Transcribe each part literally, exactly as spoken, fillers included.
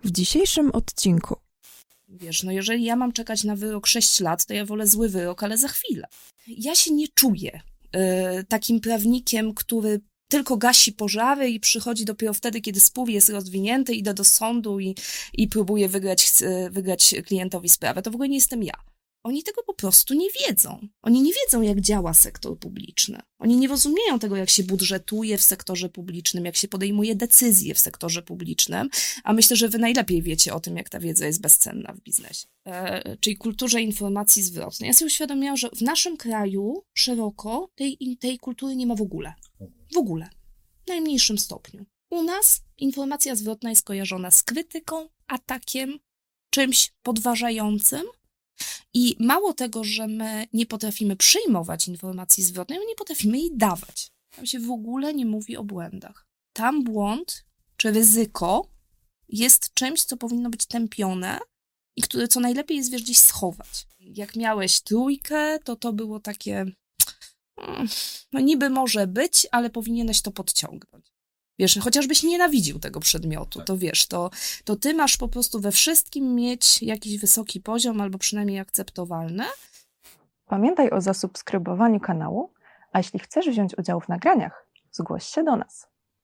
W dzisiejszym odcinku. Wiesz, no jeżeli ja mam czekać na wyrok sześć lat, to ja wolę zły wyrok, ale za chwilę. Ja się nie czuję y, takim prawnikiem, który tylko gasi pożary i przychodzi dopiero wtedy, kiedy spór jest rozwinięty, idę do sądu i, i próbuję wygrać, y, wygrać klientowi sprawę. To w ogóle nie jestem ja. Oni tego po prostu nie wiedzą. Oni nie wiedzą, jak działa sektor publiczny. Oni nie rozumieją tego, jak się budżetuje w sektorze publicznym, jak się podejmuje decyzje w sektorze publicznym, a myślę, że wy najlepiej wiecie o tym, jak ta wiedza jest bezcenna w biznesie. E, czyli kulturze informacji zwrotnej. Ja sobie uświadomiłam, że w naszym kraju szeroko tej, tej kultury nie ma w ogóle. W ogóle. W najmniejszym stopniu. U nas informacja zwrotna jest kojarzona z krytyką, atakiem, czymś podważającym. I mało tego, że my nie potrafimy przyjmować informacji zwrotnej, my nie potrafimy jej dawać. Tam się w ogóle nie mówi o błędach. Tam błąd czy ryzyko jest czymś, co powinno być tępione i które co najlepiej jest, wiesz, gdzieś schować. Jak miałeś trójkę, to to było takie, no niby może być, ale powinieneś to podciągnąć. Wiesz, chociażbyś nienawidził tego przedmiotu, to wiesz, to, to ty masz po prostu we wszystkim mieć jakiś wysoki poziom, albo przynajmniej akceptowalny. Pamiętaj o zasubskrybowaniu kanału, a jeśli chcesz wziąć udział w nagraniach, zgłoś się do nas.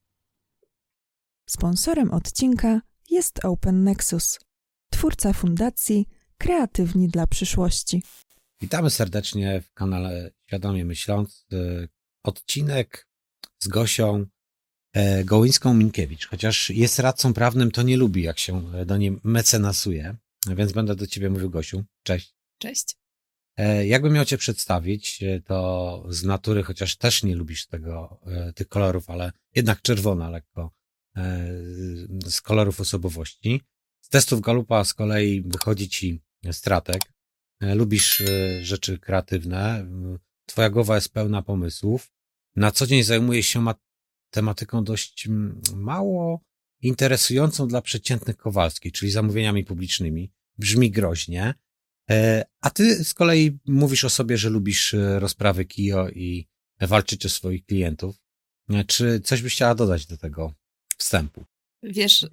Sponsorem odcinka jest Open Nexus, twórca fundacji Kreatywni dla przyszłości. Witamy serdecznie w kanale Świadomie Myśląc. Odcinek z Gosią Gołyńską-Minkiewicz. Chociaż jest radcą prawnym, to nie lubi, jak się do niej mecenasuje, więc będę do ciebie mówił, Gosiu. Cześć. Cześć. Jakbym miał cię przedstawić, to z natury, chociaż też nie lubisz tego, tych kolorów, ale jednak czerwona lekko, z kolorów osobowości. Z testów Galupa z kolei wychodzi ci stratek. Lubisz rzeczy kreatywne. Twoja głowa jest pełna pomysłów. Na co dzień zajmujesz się mat- tematyką dość mało interesującą dla przeciętnych Kowalskich, czyli zamówieniami publicznymi. Brzmi groźnie. A ty z kolei mówisz o sobie, że lubisz rozprawy K I O i walczyć o swoich klientów. Czy coś byś chciała dodać do tego wstępu? Wiesz,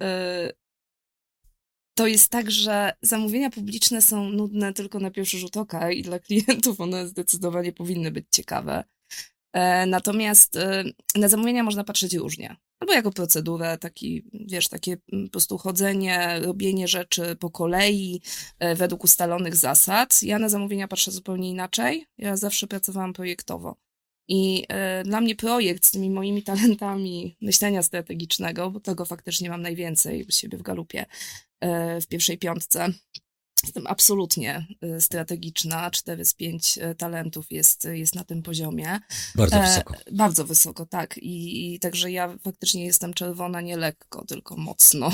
to jest tak, że zamówienia publiczne są nudne tylko na pierwszy rzut oka i dla klientów one zdecydowanie powinny być ciekawe. Natomiast na zamówienia można patrzeć różnie. Albo jako procedurę, taki, wiesz, takie po prostu chodzenie, robienie rzeczy po kolei, według ustalonych zasad. Ja na zamówienia patrzę zupełnie inaczej. Ja zawsze pracowałam projektowo. I y, dla mnie projekt z tymi moimi talentami myślenia strategicznego, bo tego faktycznie mam najwięcej u siebie w Galupie, y, w pierwszej piątce. Jestem absolutnie strategiczna, cztery z pięć talentów jest, jest na tym poziomie. Bardzo wysoko. E, bardzo wysoko, tak. I, I także ja faktycznie jestem czerwona nie lekko, tylko mocno.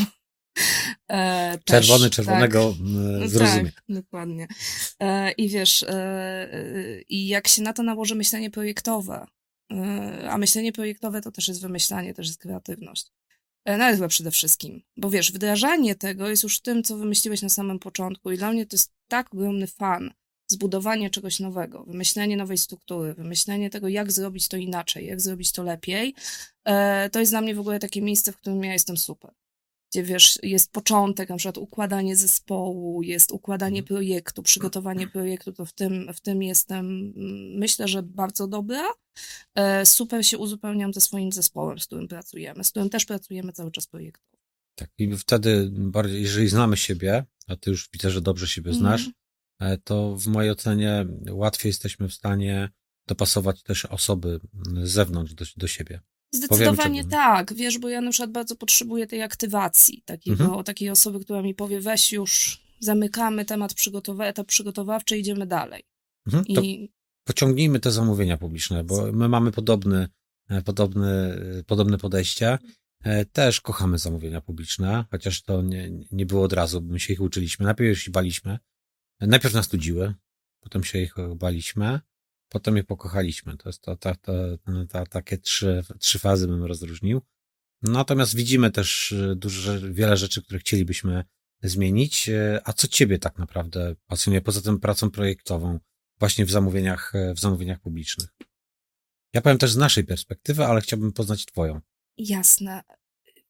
E, Czerwony, też, czerwonego tak, zrozumie. Tak, dokładnie. E, I wiesz, e, i jak się na to nałoży myślenie projektowe, e, a myślenie projektowe to też jest wymyślanie, też jest kreatywność. Nawet chyba przede wszystkim, bo wiesz, wdrażanie tego jest już tym, co wymyśliłeś na samym początku i dla mnie to jest tak ogromny fan, zbudowanie czegoś nowego, wymyślenie nowej struktury, wymyślenie tego, jak zrobić to inaczej, jak zrobić to lepiej, to jest dla mnie w ogóle takie miejsce, w którym ja jestem super. Gdzie wiesz, jest początek, na przykład układanie zespołu, jest układanie projektu, przygotowanie projektu, to w tym, w tym jestem, myślę, że bardzo dobra. Super się uzupełniam ze swoim zespołem, z którym pracujemy, z którym też pracujemy cały czas projektowo. Tak, i wtedy, bardziej, jeżeli znamy siebie, a ty już widzę, że dobrze siebie znasz, mm. to w mojej ocenie łatwiej jesteśmy w stanie dopasować też osoby z zewnątrz do, do siebie. Zdecydowanie Powiem, tak, wiesz, bo ja na przykład bardzo potrzebuję tej aktywacji, takiego, mhm. takiej osoby, która mi powie, weź już, zamykamy temat przygotowa- etap przygotowawczy, idziemy dalej. Mhm. I... Pociągnijmy te zamówienia publiczne, bo my mamy podobny, podobny, podobne podejście. Też kochamy zamówienia publiczne, chociaż to nie, nie było od razu, bo my się ich uczyliśmy. Najpierw się baliśmy, najpierw nas nudziły, potem się ich baliśmy, potem je pokochaliśmy. To jest to, to, to, to, to takie trzy, trzy fazy bym rozróżnił. Natomiast widzimy też dużo, wiele rzeczy, które chcielibyśmy zmienić. A co ciebie tak naprawdę pasjonuje, poza tym pracą projektową, właśnie w zamówieniach, w zamówieniach publicznych? Ja powiem też z naszej perspektywy, ale chciałbym poznać twoją. Jasne.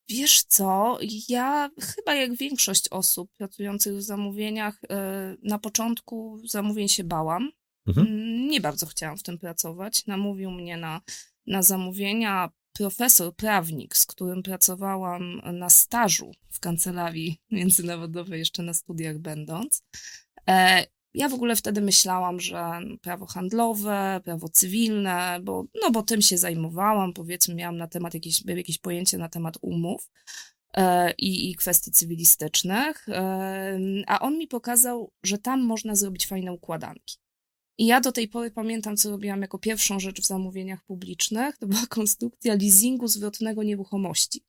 Wiesz co, ja chyba jak większość osób pracujących w zamówieniach, na początku zamówień się bałam. Mhm. Nie bardzo chciałam w tym pracować. Namówił mnie na, na zamówienia profesor, prawnik, z którym pracowałam na stażu w kancelarii międzynarodowej, jeszcze na studiach będąc. Ja w ogóle wtedy myślałam, że prawo handlowe, prawo cywilne, bo, no bo tym się zajmowałam, powiedzmy, miałam na temat jakieś, jakieś pojęcie na temat umów e, i, i kwestii cywilistycznych, e, a on mi pokazał, że tam można zrobić fajne układanki. I ja do tej pory pamiętam, co robiłam jako pierwszą rzecz w zamówieniach publicznych, to była konstrukcja leasingu zwrotnego nieruchomości.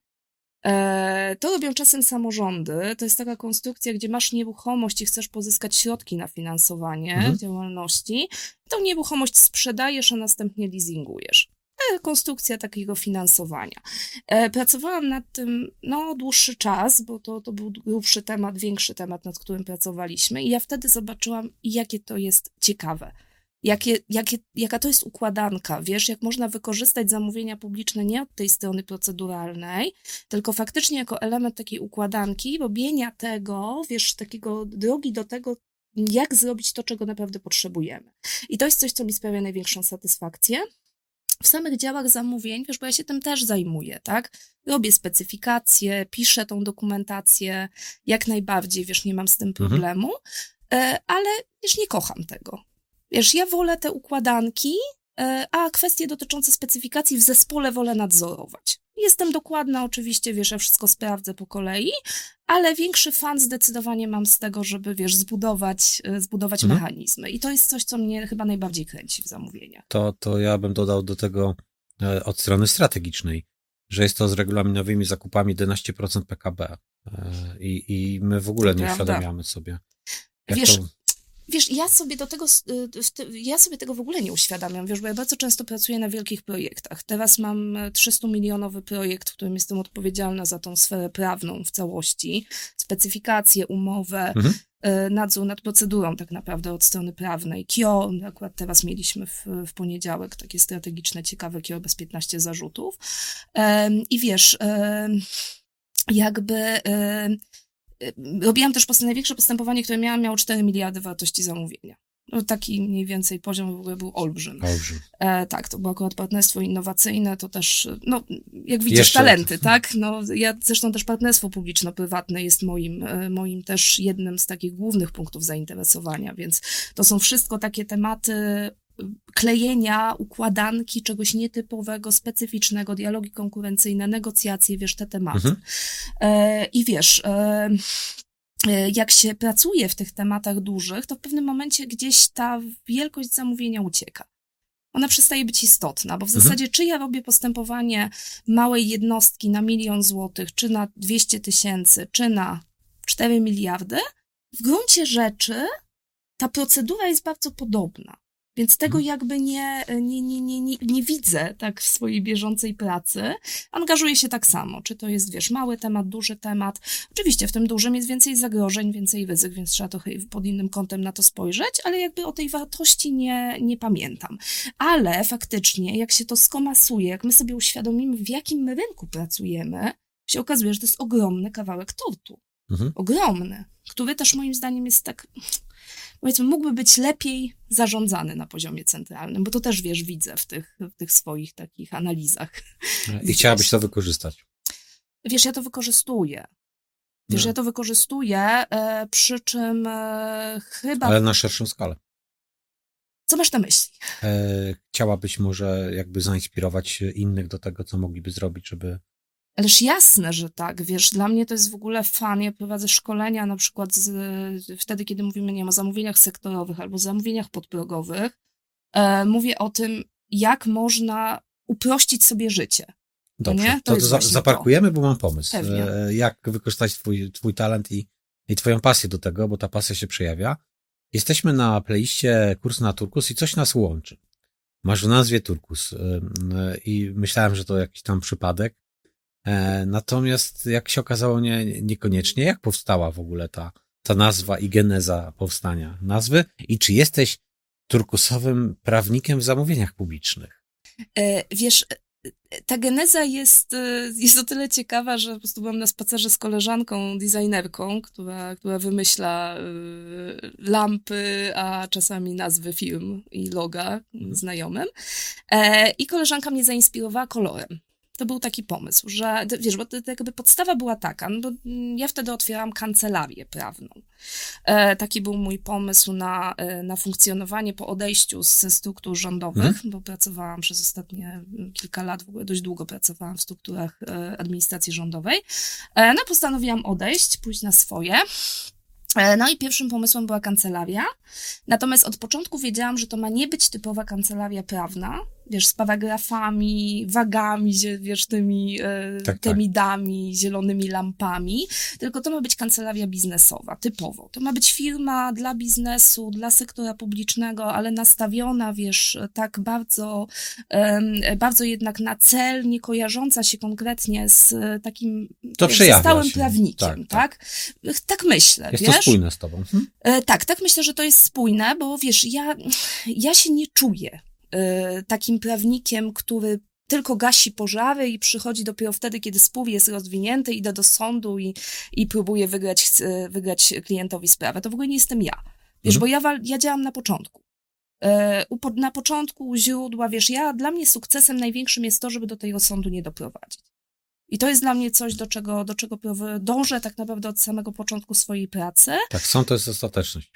To robią czasem samorządy. To jest taka konstrukcja, gdzie masz nieruchomość i chcesz pozyskać środki na finansowanie mhm. działalności. Tą nieruchomość sprzedajesz, a następnie leasingujesz. Konstrukcja takiego finansowania. Pracowałam nad tym no, dłuższy czas, bo to, to był grubszy temat, większy temat, nad którym pracowaliśmy. I ja wtedy zobaczyłam, jakie to jest ciekawe. Jakie, jakie, jaka to jest układanka, wiesz, jak można wykorzystać zamówienia publiczne nie od tej strony proceduralnej, tylko faktycznie jako element takiej układanki, robienia tego, wiesz, takiego drogi do tego, jak zrobić to, czego naprawdę potrzebujemy. I to jest coś, co mi sprawia największą satysfakcję. W samych działach zamówień, wiesz, bo ja się tym też zajmuję, tak? Robię specyfikacje, piszę tą dokumentację, jak najbardziej, wiesz, nie mam z tym problemu, mhm. ale, wiesz, nie kocham tego. Wiesz, ja wolę te układanki, a kwestie dotyczące specyfikacji w zespole wolę nadzorować. Jestem dokładna oczywiście, wiesz, ja wszystko sprawdzę po kolei, ale większy fan zdecydowanie mam z tego, żeby, wiesz, zbudować, zbudować mhm. mechanizmy. I to jest coś, co mnie chyba najbardziej kręci w zamówieniach. To, to ja bym dodał do tego od strony strategicznej, że jest to z regulaminowymi zakupami jedenaście procent P K B. I, i my w ogóle to nie prawda. Uświadamiamy sobie. Jak wiesz, to... Wiesz, ja sobie do tego, ja sobie tego w ogóle nie uświadamiam, wiesz, bo ja bardzo często pracuję na wielkich projektach. Teraz mam trzystu-milionowy projekt, w którym jestem odpowiedzialna za tą sferę prawną w całości, specyfikacje, umowę, mhm. nadzór nad procedurą tak naprawdę od strony prawnej. K I O, akurat teraz mieliśmy w, w poniedziałek takie strategiczne, ciekawe K I O bez piętnaście zarzutów. I wiesz, jakby... Robiłam też post- największe postępowanie, które miałam, miało cztery miliardy wartości zamówienia. No, taki mniej więcej poziom w ogóle był olbrzym. Olbrzym. E, tak, to było akurat partnerstwo innowacyjne, to też, no, jak widzisz, Jeszcze. talenty, tak? No, ja zresztą też partnerstwo publiczno-prywatne jest moim, moim też jednym z takich głównych punktów zainteresowania, więc to są wszystko takie tematy klejenia, układanki, czegoś nietypowego, specyficznego, dialogi konkurencyjne, negocjacje, wiesz, te tematy. Mhm. E, I wiesz, e, jak się pracuje w tych tematach dużych, to w pewnym momencie gdzieś ta wielkość zamówienia ucieka. Ona przestaje być istotna, bo w mhm. zasadzie czy ja robię postępowanie małej jednostki na milion złotych, czy na dwieście tysięcy, czy na cztery miliardy, w gruncie rzeczy ta procedura jest bardzo podobna. Więc tego jakby nie, nie, nie, nie, nie, nie widzę tak w swojej bieżącej pracy. Angażuję się tak samo. Czy to jest, wiesz, mały temat, duży temat. Oczywiście w tym dużym jest więcej zagrożeń, więcej ryzyk, więc trzeba trochę pod innym kątem na to spojrzeć, ale jakby o tej wartości nie, nie pamiętam. Ale faktycznie, jak się to skomasuje, jak my sobie uświadomimy, w jakim my rynku pracujemy, się okazuje, że to jest ogromny kawałek tortu. Mhm. Ogromny, który też moim zdaniem jest tak... powiedzmy, mógłby być lepiej zarządzany na poziomie centralnym, bo to też, wiesz, widzę w tych, w tych swoich takich analizach. I chciałabyś to wykorzystać? Wiesz, ja to wykorzystuję. Wiesz, no. ja to wykorzystuję, e, przy czym e, chyba... Ale na szerszą skalę. Co masz na myśli? E, chciałabyś może jakby zainspirować innych do tego, co mogliby zrobić, żeby... Ależ jasne, że tak, wiesz, dla mnie to jest w ogóle fan, ja prowadzę szkolenia na przykład z, wtedy, kiedy mówimy, nie wiem, o zamówieniach sektorowych albo zamówieniach podprogowych, e, mówię o tym, jak można uprościć sobie życie. Dobrze, nie? to, to za, zaparkujemy, to. bo mam pomysł. Pewnie. E, jak wykorzystać twój, twój talent i, i twoją pasję do tego, bo ta pasja się przejawia. Jesteśmy na playliście Kurs na Turkus i coś nas łączy. Masz w nazwie Turkus e, i myślałem, że to jakiś tam przypadek. E, natomiast jak się okazało, nie, niekoniecznie. Jak powstała w ogóle ta, ta nazwa i geneza powstania nazwy? I czy jesteś turkusowym prawnikiem w zamówieniach publicznych? E, wiesz, ta geneza jest, jest o tyle ciekawa, że po prostu byłam na spacerze z koleżanką, designerką, która, która wymyśla y, lampy, a czasami nazwy film i loga Mhm. znajomym. E, I koleżanka mnie zainspirowała kolorem. To był taki pomysł, że, wiesz, bo to, to jakby podstawa była taka, no bo ja wtedy otwierałam kancelarię prawną. E, taki był mój pomysł na, na funkcjonowanie po odejściu ze struktur rządowych, mhm. bo pracowałam przez ostatnie kilka lat, w ogóle dość długo pracowałam w strukturach administracji rządowej. E, no postanowiłam odejść, pójść na swoje. No i pierwszym pomysłem była kancelaria, natomiast od początku wiedziałam, że to ma nie być typowa kancelaria prawna, wiesz, z paragrafami, wagami, wiesz, tymi e, tak, temidami, tak. zielonymi lampami, tylko to ma być kancelaria biznesowa, typowo. To ma być firma dla biznesu, dla sektora publicznego, ale nastawiona, wiesz, tak bardzo, e, bardzo jednak na cel, nie kojarząca się konkretnie z takim to wiesz, ze stałym się. prawnikiem, tak? Tak, tak? tak myślę, Jest wiesz? to spójne z tobą. Hm? E, tak, tak myślę, że to jest spójne, bo wiesz, ja, ja się nie czuję takim prawnikiem, który tylko gasi pożary i przychodzi dopiero wtedy, kiedy spór jest rozwinięty, idę do sądu i, i próbuję wygrać, wygrać klientowi sprawę. To w ogóle nie jestem ja. Wiesz, mhm. bo ja, ja działam na początku. Na początku u źródła, wiesz, ja, dla mnie sukcesem największym jest to, żeby do tego sądu nie doprowadzić. I to jest dla mnie coś, do czego, do czego dążę tak naprawdę od samego początku swojej pracy. Tak, sąd to jest ostateczność.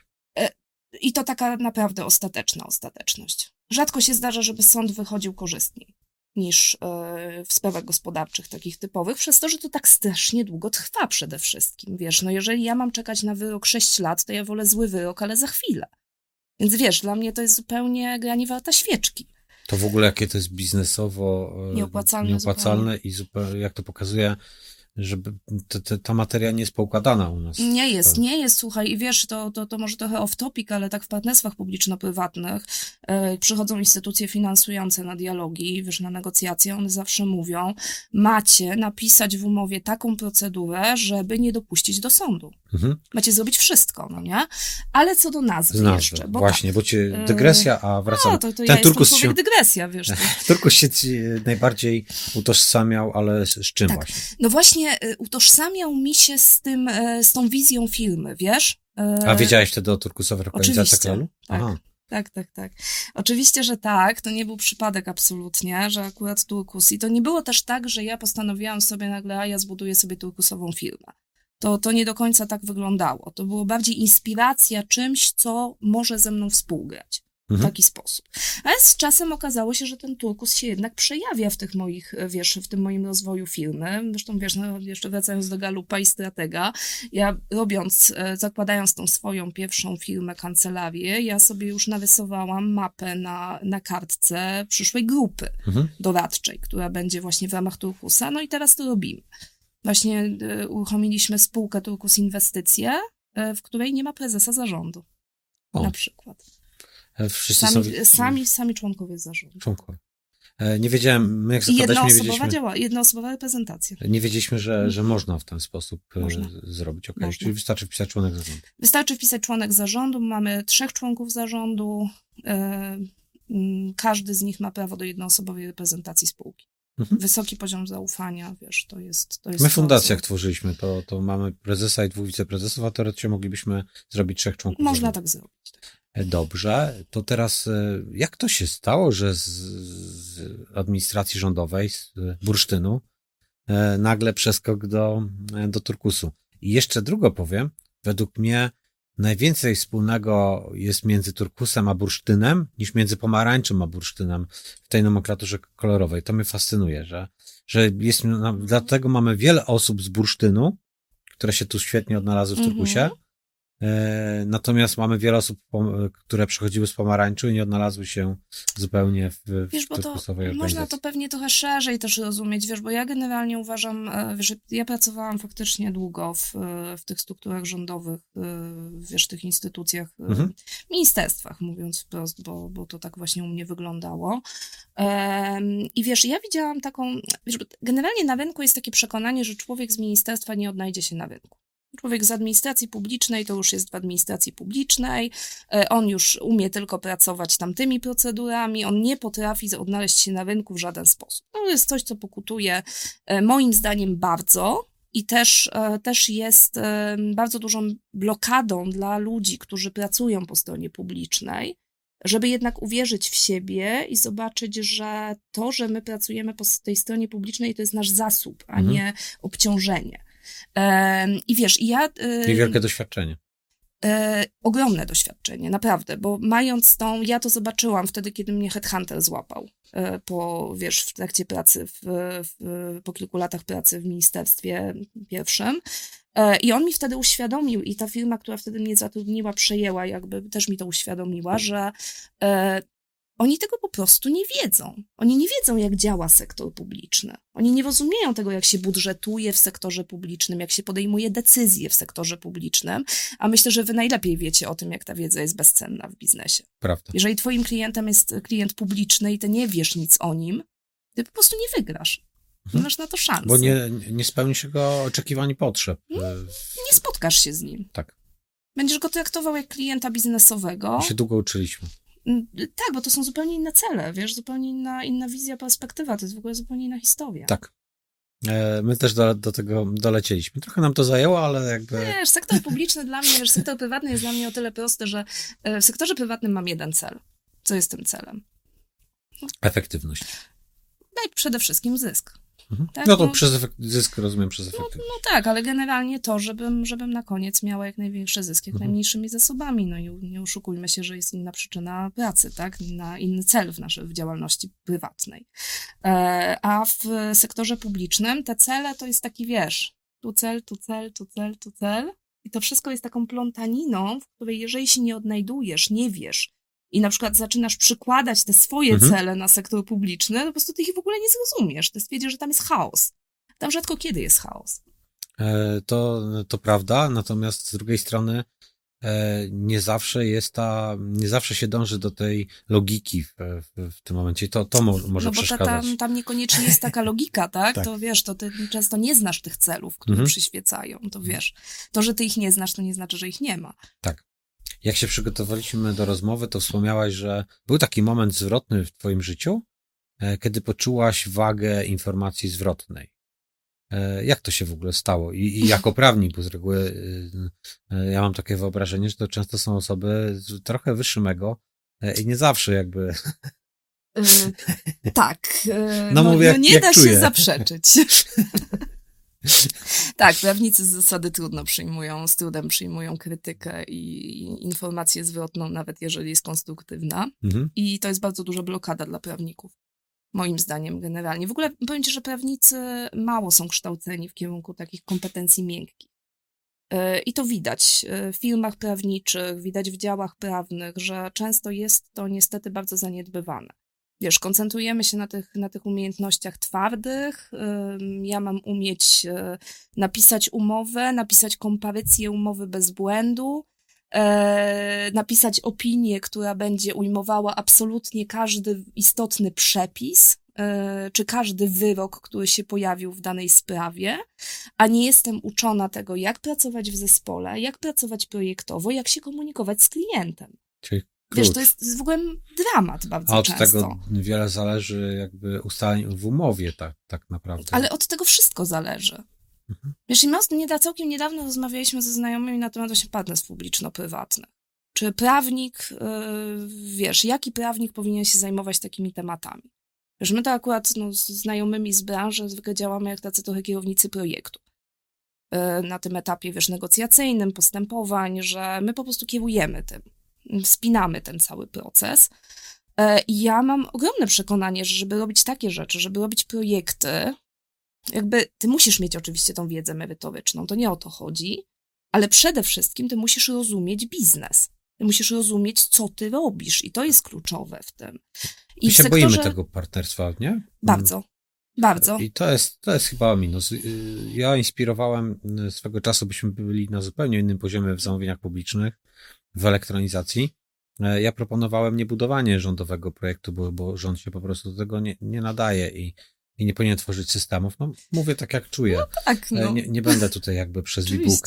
I to taka naprawdę ostateczna ostateczność. Rzadko się zdarza, żeby sąd wychodził korzystniej niż yy, w sprawach gospodarczych takich typowych, przez to, że to tak strasznie długo trwa przede wszystkim. Wiesz, no jeżeli ja mam czekać na wyrok sześć lat, to ja wolę zły wyrok, ale za chwilę. Więc wiesz, dla mnie to jest zupełnie gra nie warta świeczki. To w ogóle jakie to jest biznesowo nieopłacalne, nieopłacalne i zupełnie, jak to pokazuje, żeby ta, ta, ta materia nie jest poukładana u nas. Nie jest, nie jest, słuchaj, i wiesz, to, to, to może trochę off topic, ale tak w partnerstwach publiczno-prywatnych yy, przychodzą instytucje finansujące na dialogi, wiesz, na negocjacje, one zawsze mówią, macie napisać w umowie taką procedurę, żeby nie dopuścić do sądu. Mhm. Macie zrobić wszystko, no nie? Ale co do nazwy, nazwy jeszcze. Bo właśnie, tak, bo cię dygresja, a wracam. No, to, to ten ja turkus jestem się, dygresja, wiesz. To. Turkus się ci najbardziej utożsamiał, ale z, z czym tak. właśnie? No właśnie, utożsamiał mi się z tym, z tą wizją filmy, wiesz? A wiedziałeś wtedy o turkusowej organizacji Klolu? Tak. Aha. Tak, tak, tak. Oczywiście, że tak. To nie był przypadek absolutnie, że akurat turkus. I to nie było też tak, że ja postanowiłam sobie nagle, a ja zbuduję sobie turkusową firmę. To, to nie do końca tak wyglądało. To było bardziej inspiracja czymś, co może ze mną współgrać. W mhm. taki sposób. Ale z czasem okazało się, że ten turkus się jednak przejawia w tych moich, wiesz, w tym moim rozwoju firmy. Zresztą, wiesz, no, jeszcze wracając do Galupa i Stratega, ja robiąc, zakładając tą swoją pierwszą firmę, kancelarię, ja sobie już narysowałam mapę na, na kartce przyszłej grupy mhm. doradczej, która będzie właśnie w ramach turkusa. No i teraz to robimy. Właśnie uruchomiliśmy spółkę Turkus Inwestycje, w której nie ma prezesa zarządu. O. Na przykład. Wszyscy sami, są... sami, sami członkowie zarządu. Członkowie. Nie wiedziałem, my jak I zakładaliśmy, nie jednoosobowa wiedzieliśmy... działa, jednoosobowa reprezentacja. Nie wiedzieliśmy, że, że można w ten sposób można. zrobić. Okay. Czyli wystarczy wpisać członek zarządu. Wystarczy wpisać członek zarządu. Mamy trzech członków zarządu. Każdy z nich ma prawo do jednoosobowej reprezentacji spółki. Mhm. Wysoki poziom zaufania, wiesz, to jest... To jest My w fundacjach to, tworzyliśmy, to, to mamy prezesa i dwóch wiceprezesów, a teoretycznie moglibyśmy zrobić trzech członków. Można zarządu. tak zrobić. Dobrze, to teraz jak to się stało, że z, z administracji rządowej, z bursztynu, nagle przeskok do, do turkusu? I jeszcze drugo powiem, według mnie najwięcej wspólnego jest między turkusem a bursztynem, niż między pomarańczem a bursztynem w tej nomenklaturze kolorowej. To mnie fascynuje, że, że jest, no, dlatego mamy wiele osób z bursztynu, które się tu świetnie odnalazły w turkusie, mm-hmm. e, natomiast mamy wiele osób, które przechodziły z pomarańczu i nie odnalazły się zupełnie w, w wiesz, bo turkusowej to organizacji. Można to pewnie trochę szerzej też rozumieć, wiesz, bo ja generalnie uważam, że ja pracowałam faktycznie długo w, w tych strukturach rządowych, wiesz, w tych instytucjach, mhm. ministerstwach, mówiąc wprost, bo, bo to tak właśnie u mnie wyglądało. I wiesz, ja widziałam taką, wiesz, generalnie na rynku jest takie przekonanie, że człowiek z ministerstwa nie odnajdzie się na rynku. Człowiek z administracji publicznej to już jest w administracji publicznej, on już umie tylko pracować tamtymi procedurami, on nie potrafi odnaleźć się na rynku w żaden sposób. To jest coś, co pokutuje moim zdaniem bardzo i też, też jest bardzo dużą blokadą dla ludzi, którzy pracują po stronie publicznej, żeby jednak uwierzyć w siebie i zobaczyć, że to, że my pracujemy po tej stronie publicznej, to jest nasz zasób, a mhm. nie obciążenie. I wiesz, i ja... I wielkie doświadczenie. E, ogromne doświadczenie, naprawdę, bo mając tą, ja to zobaczyłam wtedy, kiedy mnie headhunter złapał, e, po, wiesz, w trakcie pracy, w, w, po kilku latach pracy w ministerstwie pierwszym. E, I on mi wtedy uświadomił i ta firma, która wtedy mnie zatrudniła, przejęła, jakby też mi to uświadomiła, że e, oni tego po prostu nie wiedzą. Oni nie wiedzą, jak działa sektor publiczny. Oni nie rozumieją tego, jak się budżetuje w sektorze publicznym, jak się podejmuje decyzje w sektorze publicznym, a myślę, że wy najlepiej wiecie o tym, jak ta wiedza jest bezcenna w biznesie. Prawda. Jeżeli twoim klientem jest klient publiczny i ty nie wiesz nic o nim, ty po prostu nie wygrasz. Nie masz na to szansy. Bo nie, nie spełnisz jego oczekiwań i potrzeb. No, nie spotkasz się z nim. Tak. Będziesz go traktował jak klienta biznesowego. I się długo uczyliśmy. Tak, bo to są zupełnie inne cele, wiesz, zupełnie inna, inna wizja, perspektywa, to jest w ogóle zupełnie inna historia. Tak. E, my też do, do tego dolecieliśmy. Trochę nam to zajęło, ale jakby... Wiesz, sektor publiczny dla mnie, wiesz, sektor prywatny jest dla mnie o tyle prosty, że w sektorze prywatnym mam jeden cel. Co jest tym celem? No, efektywność. Daj przede wszystkim zysk. Mhm. Tak? No to no, przez efekt, zysk rozumiem przez efektywność. No, no tak, ale generalnie to, żebym, żebym na koniec miała jak największy zysk, jak mhm. najmniejszymi zasobami. No i nie oszukujmy się, że jest inna przyczyna pracy, tak? Na inny cel w naszej w działalności prywatnej. E, a w sektorze publicznym te cele to jest taki, wiesz, tu cel, tu cel, tu cel, tu cel. I to wszystko jest taką plątaniną, w której jeżeli się nie odnajdujesz, nie wiesz, i na przykład zaczynasz przykładać te swoje mhm. cele na sektor publiczny, to po prostu ty ich w ogóle nie zrozumiesz. Ty stwierdzisz, że tam jest chaos. Tam rzadko kiedy jest chaos. E, to, to prawda, natomiast z drugiej strony e, nie zawsze jest ta, nie zawsze się dąży do tej logiki w, w, w tym momencie. To, to mo, może no bo przeszkadzać. Ta, tam, tam niekoniecznie jest taka logika, tak? tak? To wiesz, to ty często nie znasz tych celów, które mhm. przyświecają. To wiesz, to, że ty ich nie znasz, to nie znaczy, że ich nie ma. Tak. Jak się przygotowaliśmy do rozmowy, to wspomniałaś, że był taki moment zwrotny w twoim życiu, kiedy poczułaś wagę informacji zwrotnej. Jak to się w ogóle stało? I, i jako prawnik, bo z reguły ja mam takie wyobrażenie, że to często są osoby z trochę wyższym ego i nie zawsze jakby... Yy, tak. Yy, no, no mówię, no jak, nie jak da czuję. się zaprzeczyć. Tak, prawnicy z zasady trudno przyjmują, z trudem przyjmują krytykę i, i informację zwrotną, nawet jeżeli jest konstruktywna. Mhm. I to jest bardzo duża blokada dla prawników. Moim zdaniem generalnie. W ogóle powiem ci, że prawnicy mało są kształceni w kierunku takich kompetencji miękkich. I to widać w firmach prawniczych, widać w działach prawnych, że często jest to niestety bardzo zaniedbywane. Wiesz, koncentrujemy się na tych, na tych umiejętnościach twardych. Ja mam umieć napisać umowę, napisać komparycję umowy bez błędu, napisać opinię, która będzie ujmowała absolutnie każdy istotny przepis, czy każdy wyrok, który się pojawił w danej sprawie, a nie jestem uczona tego, jak pracować w zespole, jak pracować projektowo, jak się komunikować z klientem. Czyli Wiesz, to jest, to jest w ogóle dramat bardzo A od często. tego wiele zależy jakby ustaleń w umowie, tak, tak naprawdę. Ale od tego wszystko zależy. Mhm. Wiesz, i my nie, całkiem niedawno rozmawialiśmy ze znajomymi na temat właśnie partnerstw publiczno-prywatnych. Czy prawnik, yy, wiesz, jaki prawnik powinien się zajmować takimi tematami? Wiesz, my to akurat no, z znajomymi z branży zwykle działamy jak tacy trochę kierownicy projektu. Yy, na tym etapie, wiesz, negocjacyjnym, postępowań, że my po prostu kierujemy tym. Wspinamy ten cały proces. I ja mam ogromne przekonanie, że żeby robić takie rzeczy, żeby robić projekty, jakby ty musisz mieć oczywiście tą wiedzę merytoryczną, to nie o to chodzi, ale przede wszystkim ty musisz rozumieć biznes. Ty musisz rozumieć, co ty robisz i to jest kluczowe w tym. I My się sektorze... boimy tego partnerstwa, nie? Bardzo. Bardzo. I to jest, to jest chyba minus. Ja inspirowałem swego czasu, byśmy byli na zupełnie innym poziomie w zamówieniach publicznych, w elektronizacji. Ja proponowałem niebudowanie rządowego projektu, bo, bo rząd się po prostu do tego nie, nie nadaje i, i nie powinien tworzyć systemów. No, mówię tak, jak czuję. No tak, no. Nie, nie będę tutaj jakby przez Oczywiście. bibułkę.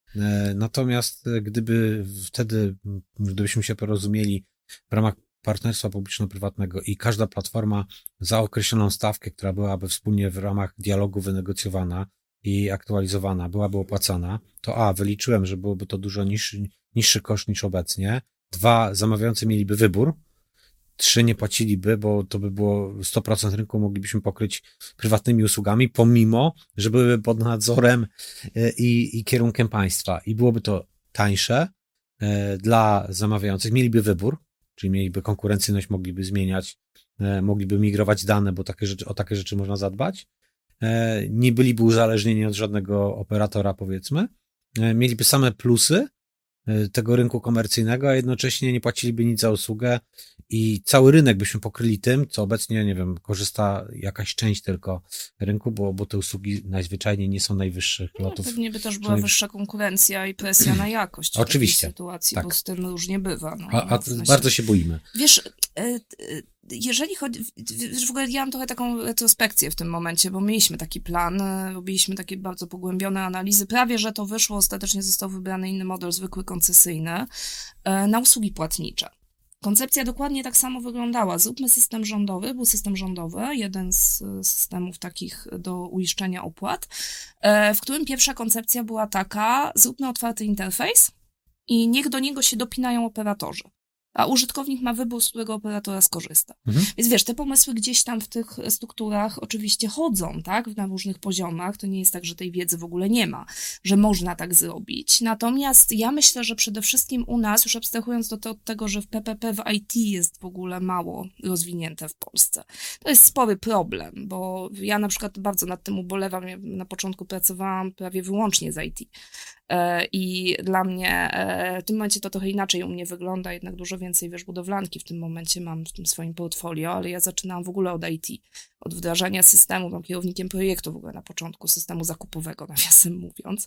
Natomiast gdyby wtedy, gdybyśmy się porozumieli w ramach partnerstwa publiczno-prywatnego i każda platforma za określoną stawkę, która byłaby wspólnie w ramach dialogu wynegocjowana i aktualizowana, byłaby opłacana, to a, wyliczyłem, że byłoby to dużo niższy, niższy koszt niż obecnie. Dwa, zamawiający mieliby wybór. Trzy, nie płaciliby, bo to by było sto procent rynku moglibyśmy pokryć prywatnymi usługami, pomimo, że byłyby pod nadzorem i, i kierunkiem państwa. I byłoby to tańsze dla zamawiających. Mieliby wybór, czyli mieliby konkurencyjność, mogliby zmieniać, mogliby migrować dane, bo takie rzeczy, o takie rzeczy można zadbać. Nie byliby uzależnieni od żadnego operatora, powiedzmy. Mieliby same plusy tego rynku komercyjnego, a jednocześnie nie płaciliby nic za usługę i cały rynek byśmy pokryli tym, co obecnie, nie wiem, korzysta jakaś część tylko rynku, bo, bo te usługi najzwyczajniej nie są najwyższych no, lotów. Pewnie by też była naj... wyższa konkurencja i presja na jakość w Oczywiście, takiej sytuacji, tak. Bo z tym różnie bywa. No, a a bardzo się boimy. Wiesz, jeżeli chodzi, w ogóle ja mam trochę taką retrospekcję w tym momencie, bo mieliśmy taki plan, robiliśmy takie bardzo pogłębione analizy, prawie że to wyszło, ostatecznie został wybrany inny model, zwykły koncesyjny, na usługi płatnicze. Koncepcja dokładnie tak samo wyglądała. Zróbmy system rządowy, był system rządowy, jeden z systemów takich do uiszczenia opłat, w którym pierwsza koncepcja była taka, zróbmy otwarty interfejs i niech do niego się dopinają operatorzy. A użytkownik ma wybór, z którego operatora skorzysta. Mhm. Więc wiesz, te pomysły gdzieś tam w tych strukturach oczywiście chodzą, tak, na różnych poziomach. To nie jest tak, że tej wiedzy w ogóle nie ma, że można tak zrobić. Natomiast ja myślę, że przede wszystkim u nas, już abstrahując do te, od tego, że w P P P w I T jest w ogóle mało rozwinięte w Polsce. To jest spory problem, bo ja na przykład bardzo nad tym ubolewam. Ja na początku pracowałam prawie wyłącznie z I T. I dla mnie w tym momencie to trochę inaczej u mnie wygląda, jednak dużo więcej, wiesz, budowlanki w tym momencie mam w tym swoim portfolio, ale ja zaczynałam w ogóle od I T, od wdrażania systemu, byłam kierownikiem projektu w ogóle na początku, systemu zakupowego, nawiasem mówiąc.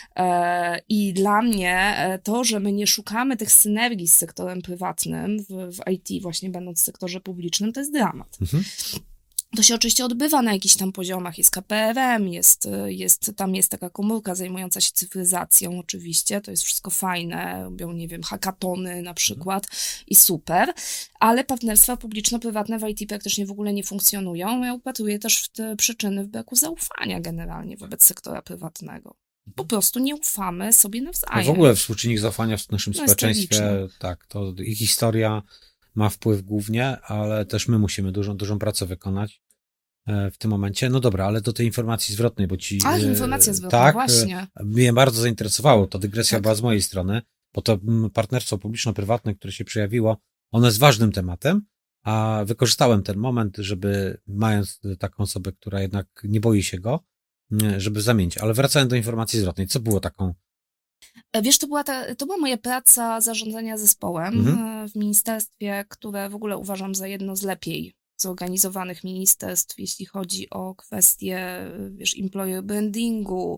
I dla mnie to, że my nie szukamy tych synergii z sektorem prywatnym w, w I T, właśnie będąc w sektorze publicznym, to jest dramat. Mhm. To się oczywiście odbywa na jakichś tam poziomach, jest K P R M, jest, jest, tam jest taka komórka zajmująca się cyfryzacją oczywiście, to jest wszystko fajne, robią, nie wiem, hackatony na przykład i super, ale partnerstwa publiczno-prywatne w I T praktycznie w ogóle nie funkcjonują. Ja upatruję też w te przyczyny w braku zaufania generalnie wobec sektora prywatnego. Po prostu nie ufamy sobie nawzajem. No w ogóle współczynnik zaufania w naszym no społeczeństwie, tak, to ich historia ma wpływ głównie, ale też my musimy dużą, dużą pracę wykonać w tym momencie. No dobra, ale do tej informacji zwrotnej, bo ci... Ach, informacja zwrotna, tak, właśnie. Mnie bardzo zainteresowało, to dygresja tak. była z mojej strony, bo to partnerstwo publiczno-prywatne, które się przejawiło, ono jest ważnym tematem, a wykorzystałem ten moment, żeby mając taką osobę, która jednak nie boi się go, żeby zamienić. Ale wracając do informacji zwrotnej, co było taką... Wiesz, to była, ta, to była moja praca zarządzania zespołem mhm. w ministerstwie, które w ogóle uważam za jedno z lepiej zorganizowanych ministerstw, jeśli chodzi o kwestie, wiesz, employer brandingu,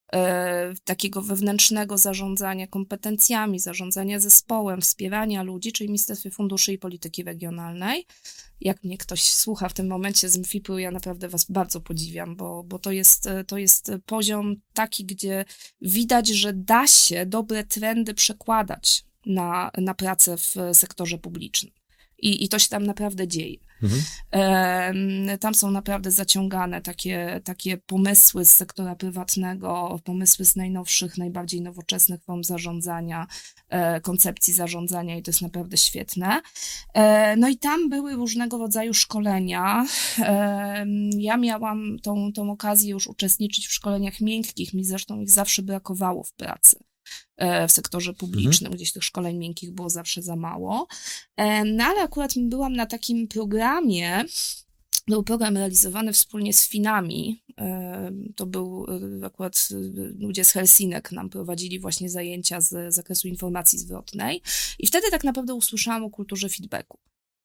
e, takiego wewnętrznego zarządzania kompetencjami, zarządzania zespołem, wspierania ludzi, czyli Ministerstwie Funduszy i Polityki Regionalnej. Jak mnie ktoś słucha w tym momencie z M F I P-u, ja naprawdę was bardzo podziwiam, bo, bo to jest, to jest poziom taki, gdzie widać, że da się dobre trendy przekładać na, na pracę w sektorze publicznym. I, I to się tam naprawdę dzieje. Mhm. E, tam są naprawdę zaciągane takie, takie pomysły z sektora prywatnego, pomysły z najnowszych, najbardziej nowoczesnych form zarządzania, e, koncepcji zarządzania i to jest naprawdę świetne. E, no i tam były różnego rodzaju szkolenia. E, ja miałam tą, tą okazję już uczestniczyć w szkoleniach miękkich, mi zresztą ich zawsze brakowało w pracy. W sektorze publicznym, mhm. gdzieś tych szkoleń miękkich było zawsze za mało. No ale akurat byłam na takim programie, był program realizowany wspólnie z Finami. To był akurat ludzie z Helsinek nam prowadzili właśnie zajęcia z zakresu informacji zwrotnej i wtedy tak naprawdę usłyszałam o kulturze feedbacku,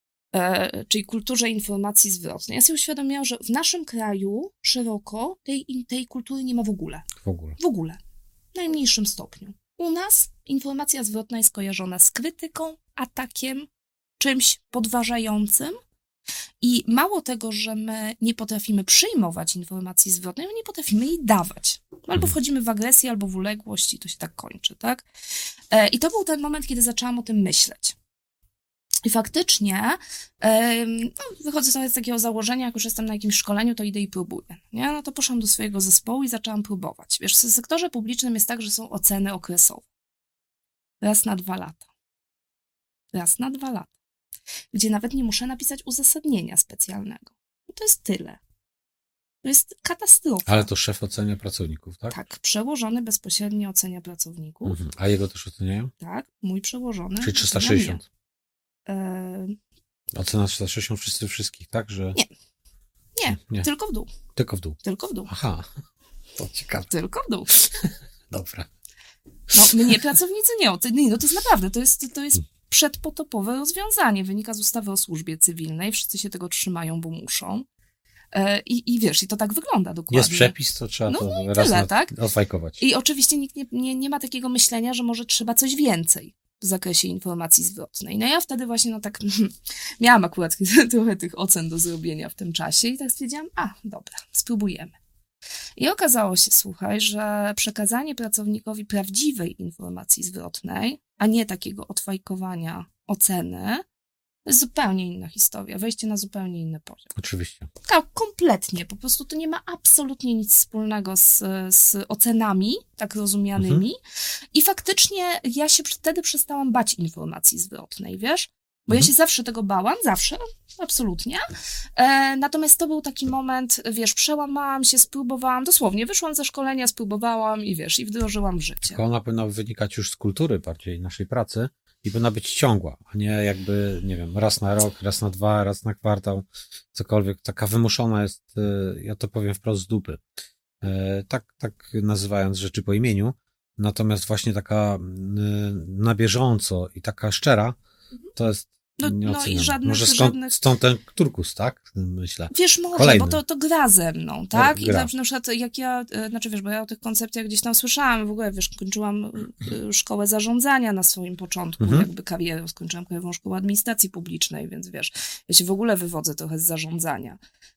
czyli kulturze informacji zwrotnej. Ja sobie uświadomiłam, że w naszym kraju szeroko tej, tej kultury nie ma w ogóle. W ogóle. W ogóle. W najmniejszym stopniu. U nas informacja zwrotna jest kojarzona z krytyką, atakiem, czymś podważającym I mało tego, że my nie potrafimy przyjmować informacji zwrotnej, my nie potrafimy jej dawać. Albo wchodzimy w agresję, albo w uległość i to się tak kończy, tak? I to był ten moment, kiedy zaczęłam o tym myśleć. I faktycznie no, wychodzę sobie z takiego założenia, jak już jestem na jakimś szkoleniu, to idę i próbuję. Nie? No to poszłam do swojego zespołu i zaczęłam próbować. Wiesz, w sektorze publicznym jest tak, że są oceny okresowe. Raz na dwa lata. Raz na dwa lata. Gdzie nawet nie muszę napisać uzasadnienia specjalnego. No to jest tyle. To jest katastrofa. Ale to szef ocenia pracowników, tak? Tak, przełożony bezpośrednio ocenia pracowników. Mhm. A jego też oceniają? Tak, mój przełożony. Czyli trzysta sześćdziesiąt. E... Ocena trzysta sześćdziesiąt wszyscy wszystkich, tak? Że... Nie. nie. Nie, tylko w dół. Tylko w dół. Tylko w dół. Aha, to ciekawe. Tylko w dół. Dobra. No, mnie pracownicy nie oceniają. No to jest naprawdę, to jest, to jest przedpotopowe rozwiązanie. Wynika z ustawy o służbie cywilnej. Wszyscy się tego trzymają, bo muszą. I, I wiesz, i to tak wygląda dokładnie. Jest przepis, to trzeba no, to no raz tyle, na, tak? odfajkować. I oczywiście nikt nie, nie, nie ma takiego myślenia, że może trzeba coś więcej w zakresie informacji zwrotnej. No ja wtedy właśnie, no tak, miałam akurat trochę tych ocen do zrobienia w tym czasie i tak stwierdziłam, a dobra, spróbujemy. I okazało się, słuchaj, że przekazanie pracownikowi prawdziwej informacji zwrotnej, a nie takiego odfajkowania oceny, to jest zupełnie inna historia, wejście na zupełnie inny poziom. Oczywiście. Tak, kompletnie, po prostu to nie ma absolutnie nic wspólnego z, z ocenami, tak rozumianymi. Mhm. I faktycznie ja się wtedy przestałam bać informacji zwrotnej, wiesz? Bo mhm. ja się zawsze tego bałam, zawsze, absolutnie. E, natomiast to był taki moment, wiesz, przełamałam się, spróbowałam, dosłownie, wyszłam ze szkolenia, spróbowałam i wiesz, i wdrożyłam w życie. Tylko ona powinna wynikać już z kultury bardziej naszej pracy i powinna być ciągła, a nie jakby, nie wiem, raz na rok, raz na dwa, raz na kwartał, cokolwiek. Taka wymuszona jest, ja to powiem wprost, z dupy. E, tak, tak nazywając rzeczy po imieniu. Natomiast właśnie taka na bieżąco i taka szczera, to jest No, no i żadnych, może stąd, żadnych... stąd ten turkus, tak? Myślę. Wiesz, może, Kolejny. bo to, to gra ze mną, tak? Gra. I na przykład jak ja, znaczy wiesz, bo ja o tych koncepcjach gdzieś tam słyszałam, w ogóle wiesz, kończyłam szkołę zarządzania na swoim początku, mhm. jakby karierę, skończyłam Krajową Szkołę Administracji Publicznej, więc wiesz, ja się w ogóle wywodzę trochę z zarządzania.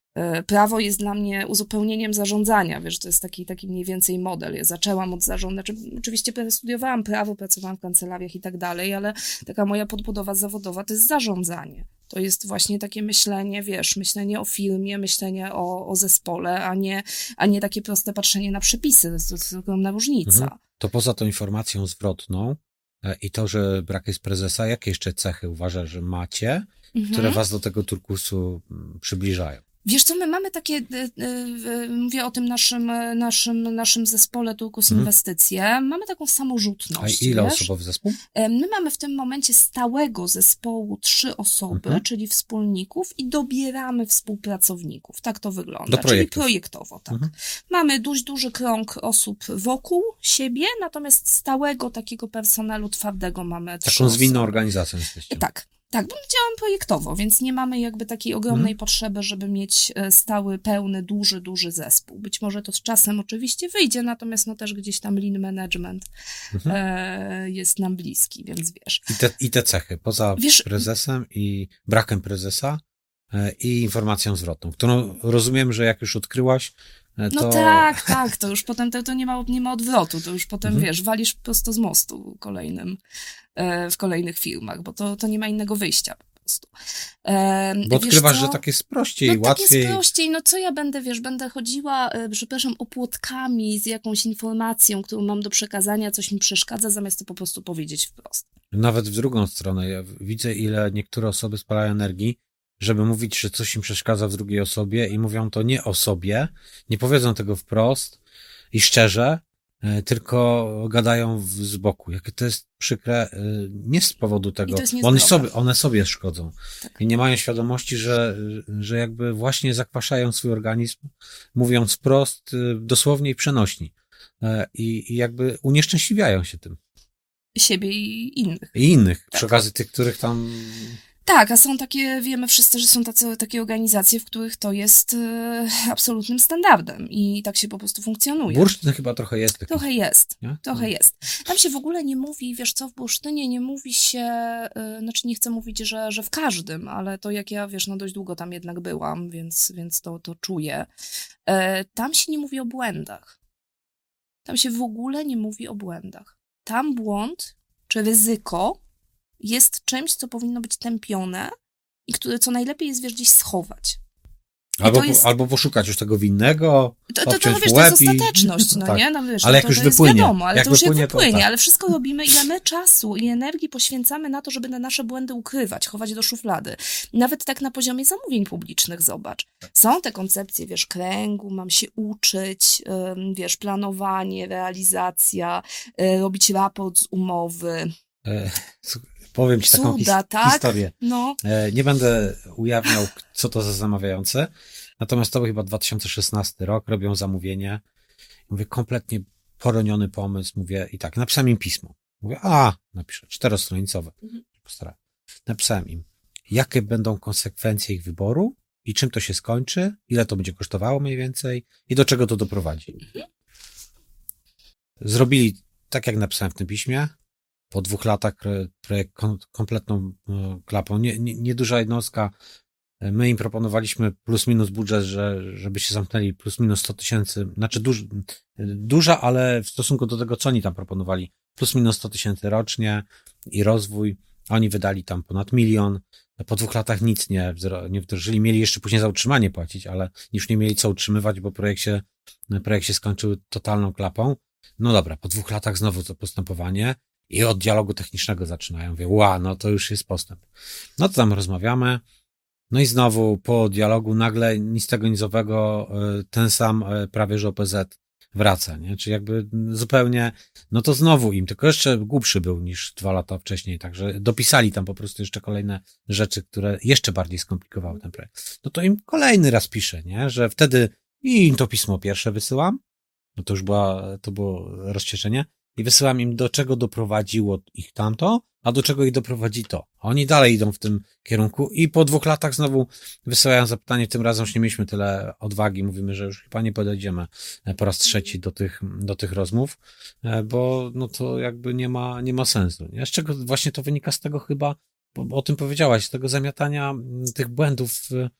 Prawo jest dla mnie uzupełnieniem zarządzania, wiesz, to jest taki, taki mniej więcej model. Ja zaczęłam od zarządzania, znaczy, oczywiście studiowałam prawo, pracowałam w kancelariach i tak dalej, ale taka moja podbudowa zawodowa to jest zarządzanie. To jest właśnie takie myślenie, wiesz, myślenie o firmie, myślenie o, o zespole, a nie, a nie takie proste patrzenie na przepisy. To jest, to jest ogromna różnica. Mhm. To poza tą informacją zwrotną i to, że brak jest prezesa, jakie jeszcze cechy uważasz, że macie, mhm. które was do tego turkusu przybliżają? Wiesz co, my mamy takie, mówię o tym naszym, naszym, naszym zespole Turkus hmm. Inwestycje, mamy taką samorzutność. A ile wiesz? osobowy zespół? My mamy w tym momencie stałego zespołu trzy osoby, hmm. czyli wspólników i dobieramy współpracowników. Tak to wygląda, Do czyli projektowo, tak. Hmm. Mamy dość duży krąg osób wokół siebie, natomiast stałego takiego personelu twardego mamy trzy Taką zwinną osoby. organizacją jesteście. Tak. Tak, bo my działamy projektowo, więc nie mamy jakby takiej ogromnej hmm. potrzeby, żeby mieć stały, pełny, duży, duży zespół. Być może to z czasem oczywiście wyjdzie, natomiast no też gdzieś tam lean management hmm. e, jest nam bliski, więc wiesz. I te, i te cechy, poza wiesz, prezesem i brakiem prezesa e, i informacją zwrotną, którą rozumiem, że jak już odkryłaś, to... No tak, tak, to już potem to, to nie, ma, nie ma odwrotu, to już potem, mhm. wiesz, walisz prosto z mostu kolejnym, e, w kolejnych filmach, bo to, to nie ma innego wyjścia po prostu. E, bo odkrywasz, że tak jest prościej, no, łatwiej. Tak jest prościej, no co ja będę, wiesz, będę chodziła, e, przepraszam, opłotkami z jakąś informacją, którą mam do przekazania, coś mi przeszkadza, zamiast to po prostu powiedzieć wprost. Nawet w drugą stronę, ja widzę, ile niektóre osoby spalają energii, żeby mówić, że coś im przeszkadza w drugiej osobie i mówią to nie o sobie, nie powiedzą tego wprost i szczerze, tylko gadają z boku. Jakie to jest przykre, nie z powodu tego, bo one sobie, one sobie szkodzą. Tak. I nie mają świadomości, że, że jakby właśnie zakwaszają swój organizm, mówiąc wprost, dosłownie i przenośni. I, i jakby unieszczęśliwiają się tym. Siebie i innych. I innych, tak. Przy okazji tych, których tam... Tak, a są takie, wiemy wszyscy, że są tacy, takie organizacje, w których to jest e, absolutnym standardem i tak się po prostu funkcjonuje. Bursztyn chyba trochę jest. Taki. Trochę jest, Nie? trochę jest. Tam się w ogóle nie mówi, wiesz co, w bursztynie nie mówi się, e, znaczy nie chcę mówić, że, że w każdym, ale to jak ja, wiesz, no dość długo tam jednak byłam, więc, więc to, to czuję. E, tam się nie mówi o błędach. Tam się w ogóle nie mówi o błędach. Tam błąd czy ryzyko jest czymś, co powinno być tępione i które co najlepiej jest, wiesz, gdzieś schować. Albo, jest... albo poszukać już tego winnego, To, to, to obciąć wiesz, w to łeb jest ostateczność, i... no tak. nie? No, wiesz, ale no jak to, już to wypłynie. jest wiadomo, ale jak to już wypłynie, jak wypłynie, to tak. ale wszystko robimy, ile my czasu i energii poświęcamy na to, żeby te nasze błędy ukrywać, chować do szuflady. Nawet tak na poziomie zamówień publicznych, zobacz. Są te koncepcje, wiesz, kręgu, mam się uczyć, wiesz, planowanie, realizacja, robić raport z umowy. E, powiem ci taką Cuda, his- tak? historię. No. E, nie będę ujawniał, co to za zamawiające, natomiast to był chyba dwa tysiące szesnasty rok, robią zamówienie. Mówię, kompletnie poroniony pomysł, mówię i tak, napisałem im pismo. Mówię, a, napiszę, czterostronicowe. Mhm. Postarałem. Napisałem im, jakie będą konsekwencje ich wyboru i czym to się skończy, ile to będzie kosztowało mniej więcej i do czego to doprowadzi. Mhm. Zrobili tak, jak napisałem w tym piśmie. Po dwóch latach projekt kompletną klapą. Nie, nie, nieduża jednostka. My im proponowaliśmy plus minus budżet, że, żeby się zamknęli plus minus sto tysięcy. Znaczy duż, duża, ale w stosunku do tego, co oni tam proponowali, plus minus sto tysięcy rocznie i rozwój. Oni wydali tam ponad milion. Po dwóch latach nic nie, nie wdrożyli. Mieli jeszcze później za utrzymanie płacić, ale już nie mieli co utrzymywać, bo projekt się, projekt się skończył totalną klapą. No dobra, po dwóch latach znowu to postępowanie i od dialogu technicznego zaczynają. Mówię, ła, no to już jest postęp. No to tam rozmawiamy. No i znowu po dialogu nagle nic tego nizowego ten sam prawie że O P Z wraca, nie? Czyli jakby zupełnie, no to znowu im, tylko jeszcze głupszy był niż dwa lata wcześniej, także dopisali tam po prostu jeszcze kolejne rzeczy, które jeszcze bardziej skomplikowały ten projekt. No to im kolejny raz piszę, nie? Że wtedy i im to pismo pierwsze wysyłam, no to już była, to było rozcieszenie i wysyłam im, do czego doprowadziło ich tamto, a do czego ich doprowadzi to. Oni dalej idą w tym kierunku i po dwóch latach znowu wysyłają zapytanie, tym razem już nie mieliśmy tyle odwagi, mówimy, że już chyba nie podejdziemy po raz trzeci do tych, do tych rozmów, bo no to jakby nie ma, nie ma sensu. Nie? Z czego właśnie to wynika z tego chyba, bo o tym powiedziałaś, z tego zamiatania tych błędów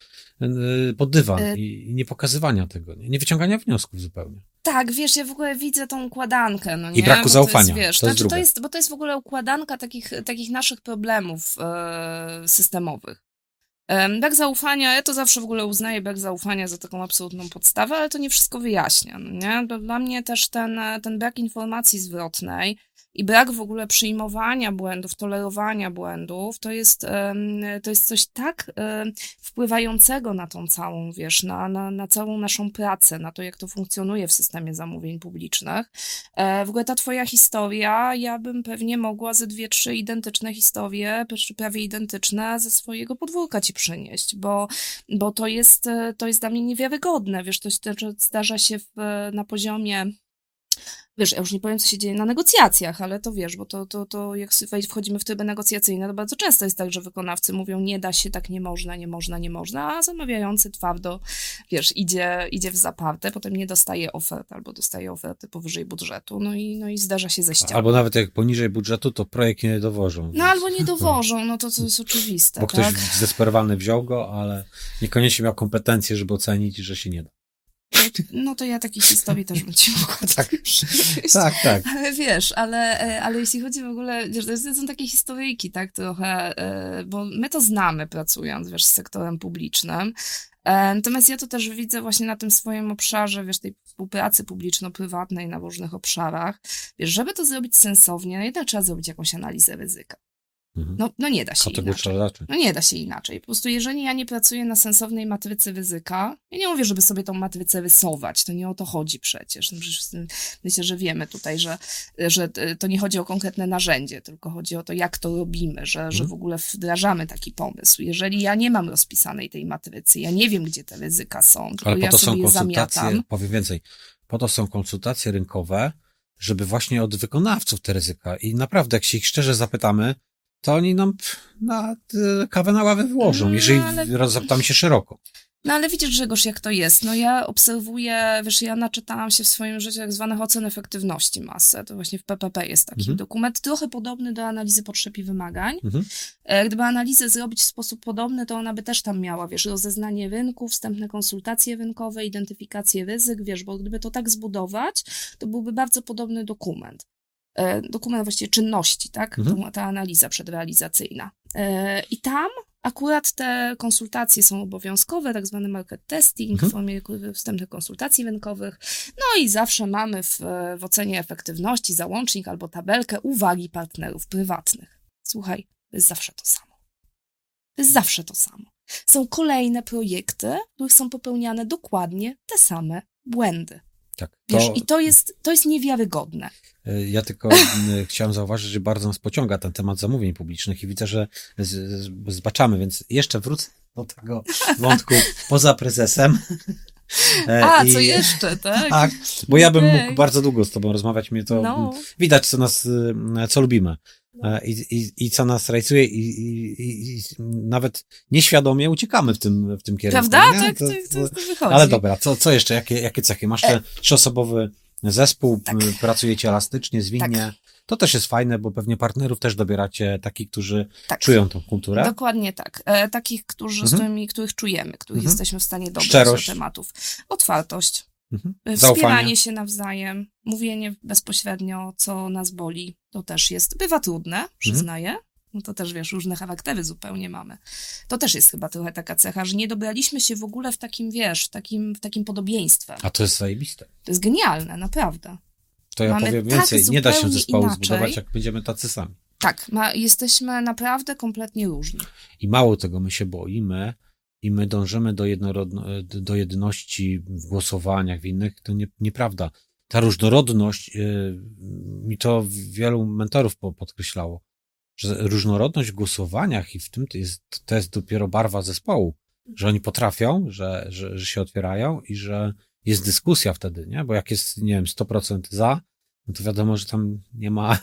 pod dywan i nie pokazywania tego, nie, nie wyciągania wniosków zupełnie. Tak, wiesz, ja w ogóle widzę tą układankę, no nie? I braku bo zaufania, to jest, wiesz, to jest znaczy, drugie. to jest, bo to jest w ogóle układanka takich, takich naszych problemów e, systemowych. E, brak zaufania, ja to zawsze w ogóle uznaję brak zaufania za taką absolutną podstawę, ale to nie wszystko wyjaśnia, no nie? Bo dla mnie też ten, ten brak informacji zwrotnej i brak w ogóle przyjmowania błędów, tolerowania błędów, to jest, to jest coś tak wpływającego na tą całą, wiesz, na, na, na całą naszą pracę, na to, jak to funkcjonuje w systemie zamówień publicznych. W ogóle ta twoja historia, ja bym pewnie mogła ze dwie, trzy identyczne historie, czy prawie identyczne, ze swojego podwórka ci przynieść, bo, bo to jest, to jest dla mnie niewiarygodne, wiesz, to zdarza się w, na poziomie. Wiesz, ja już nie powiem, co się dzieje na negocjacjach, ale to wiesz, bo to, to, to jak wchodzimy w tryby negocjacyjne, to bardzo często jest tak, że wykonawcy mówią, nie da się, tak nie można, nie można, nie można, a zamawiający twardo, wiesz, idzie, idzie w zaparte, potem nie dostaje ofert, albo dostaje oferty powyżej budżetu, no i, no i zdarza się ze ścianą. Albo nawet jak poniżej budżetu, to projekt nie dowożą. No więc... albo nie dowożą, no to to jest oczywiste, Bo ktoś tak? zdesperowany wziął go, ale niekoniecznie miał kompetencje, żeby ocenić, że się nie da. No to ja takich historii też bym ci mogła tak, tak, tak. Ale wiesz, ale, ale jeśli chodzi w ogóle, wiesz, to są takie historyjki, tak, trochę, bo my to znamy pracując, wiesz, z sektorem publicznym. Natomiast ja to też widzę właśnie na tym swoim obszarze, wiesz, tej współpracy publiczno-prywatnej na różnych obszarach. Wiesz, żeby to zrobić sensownie, no jednak trzeba zrobić jakąś analizę ryzyka. No, no nie da się inaczej. No nie da się inaczej. Po prostu jeżeli ja nie pracuję na sensownej matrycy ryzyka, ja nie mówię, żeby sobie tą matrycę rysować, to nie o to chodzi przecież. No przecież myślę, że wiemy tutaj, że, że to nie chodzi o konkretne narzędzie, tylko chodzi o to, jak to robimy, że, hmm. że w ogóle wdrażamy taki pomysł. Jeżeli ja nie mam rozpisanej tej matrycy, ja nie wiem, gdzie te ryzyka są, tylko Ale po ja to sobie są je zamiatam. Powiem więcej, po to są konsultacje rynkowe, żeby właśnie od wykonawców te ryzyka i naprawdę, jak się ich szczerze zapytamy, to oni nam na kawę na ławę wyłożą, No, jeżeli ale- rozaptamy się szeroko. No ale widzisz, Grzegorz, jak to jest. No ja obserwuję, wiesz, ja naczytałam się w swoim życiu tak zwanych ocen efektywności masę. To właśnie w P P P jest taki Mhm. dokument, trochę podobny do analizy potrzeb i wymagań. Mhm. E, Gdyby analizę zrobić w sposób podobny, to ona by też tam miała, wiesz, rozeznanie rynku, wstępne konsultacje rynkowe, identyfikację ryzyk, wiesz, bo gdyby to tak zbudować, to byłby bardzo podobny dokument. E, Dokument właściwie czynności, tak? Mhm. To, ta analiza przedrealizacyjna. E, I tam akurat te konsultacje są obowiązkowe, tak zwany market testing Mhm. w formie wstępnych konsultacji rynkowych. No i zawsze mamy w, w ocenie efektywności załącznik albo tabelkę uwagi partnerów prywatnych. Słuchaj, to jest zawsze to samo. To jest zawsze to samo. Są kolejne projekty, w których są popełniane dokładnie te same błędy. Tak. Wiesz, To, i to jest, to jest niewiarygodne. ja tylko m, chciałem zauważyć, że bardzo nas pociąga ten temat zamówień publicznych i widzę, że z, z, zbaczamy, więc jeszcze wrócę do tego wątku poza prezesem. E, A, i- co jeszcze, tak? Tak, bo ja bym Okej. mógł bardzo długo z tobą rozmawiać, mnie to No. widać, co nas, y, co lubimy e, i, i, i co nas rajcuje i, i, i, i nawet nieświadomie uciekamy w tym, w tym kierunku. Prawda? nie? Tak, To- to, to, to wychodzi. Ale dobra, co, co jeszcze? Jakie, jakie cechy? Masz ten E. trzyosobowy zespół, Tak. m, pracujecie elastycznie, zwinnie. Tak. To też jest fajne, bo pewnie partnerów też dobieracie takich, którzy Tak. czują tą kulturę. Dokładnie tak. E, takich, którzy, z Mhm. którymi, których czujemy, których Mhm. jesteśmy w stanie dobrać Szczerość. do tematów. Otwartość, Mhm. e, Zaufanie. wspieranie się nawzajem, mówienie bezpośrednio, co nas boli, to też jest, bywa trudne, przyznaję. No to też, wiesz, różne charaktery zupełnie mamy. To też jest chyba trochę taka cecha, że nie dobraliśmy się w ogóle w takim, wiesz, w takim, w takim podobieństwem. A to jest zajebiste. To jest genialne, naprawdę. To ja Mamy powiem tak więcej. Nie da się zupełnie zespołu inaczej. zbudować, jak będziemy tacy sami. Tak, ma, jesteśmy naprawdę kompletnie różni. I mało tego, my się boimy i my dążymy do, jednorodno, do jedności w głosowaniach, w innych. To nie, nieprawda. Ta różnorodność, yy, mi to wielu mentorów po, podkreślało, że różnorodność w głosowaniach i w tym to jest, to jest dopiero barwa zespołu, że oni potrafią, że, że, że się otwierają i że jest dyskusja wtedy, nie? Bo jak jest, nie wiem, sto procent za, no to wiadomo, że tam nie ma,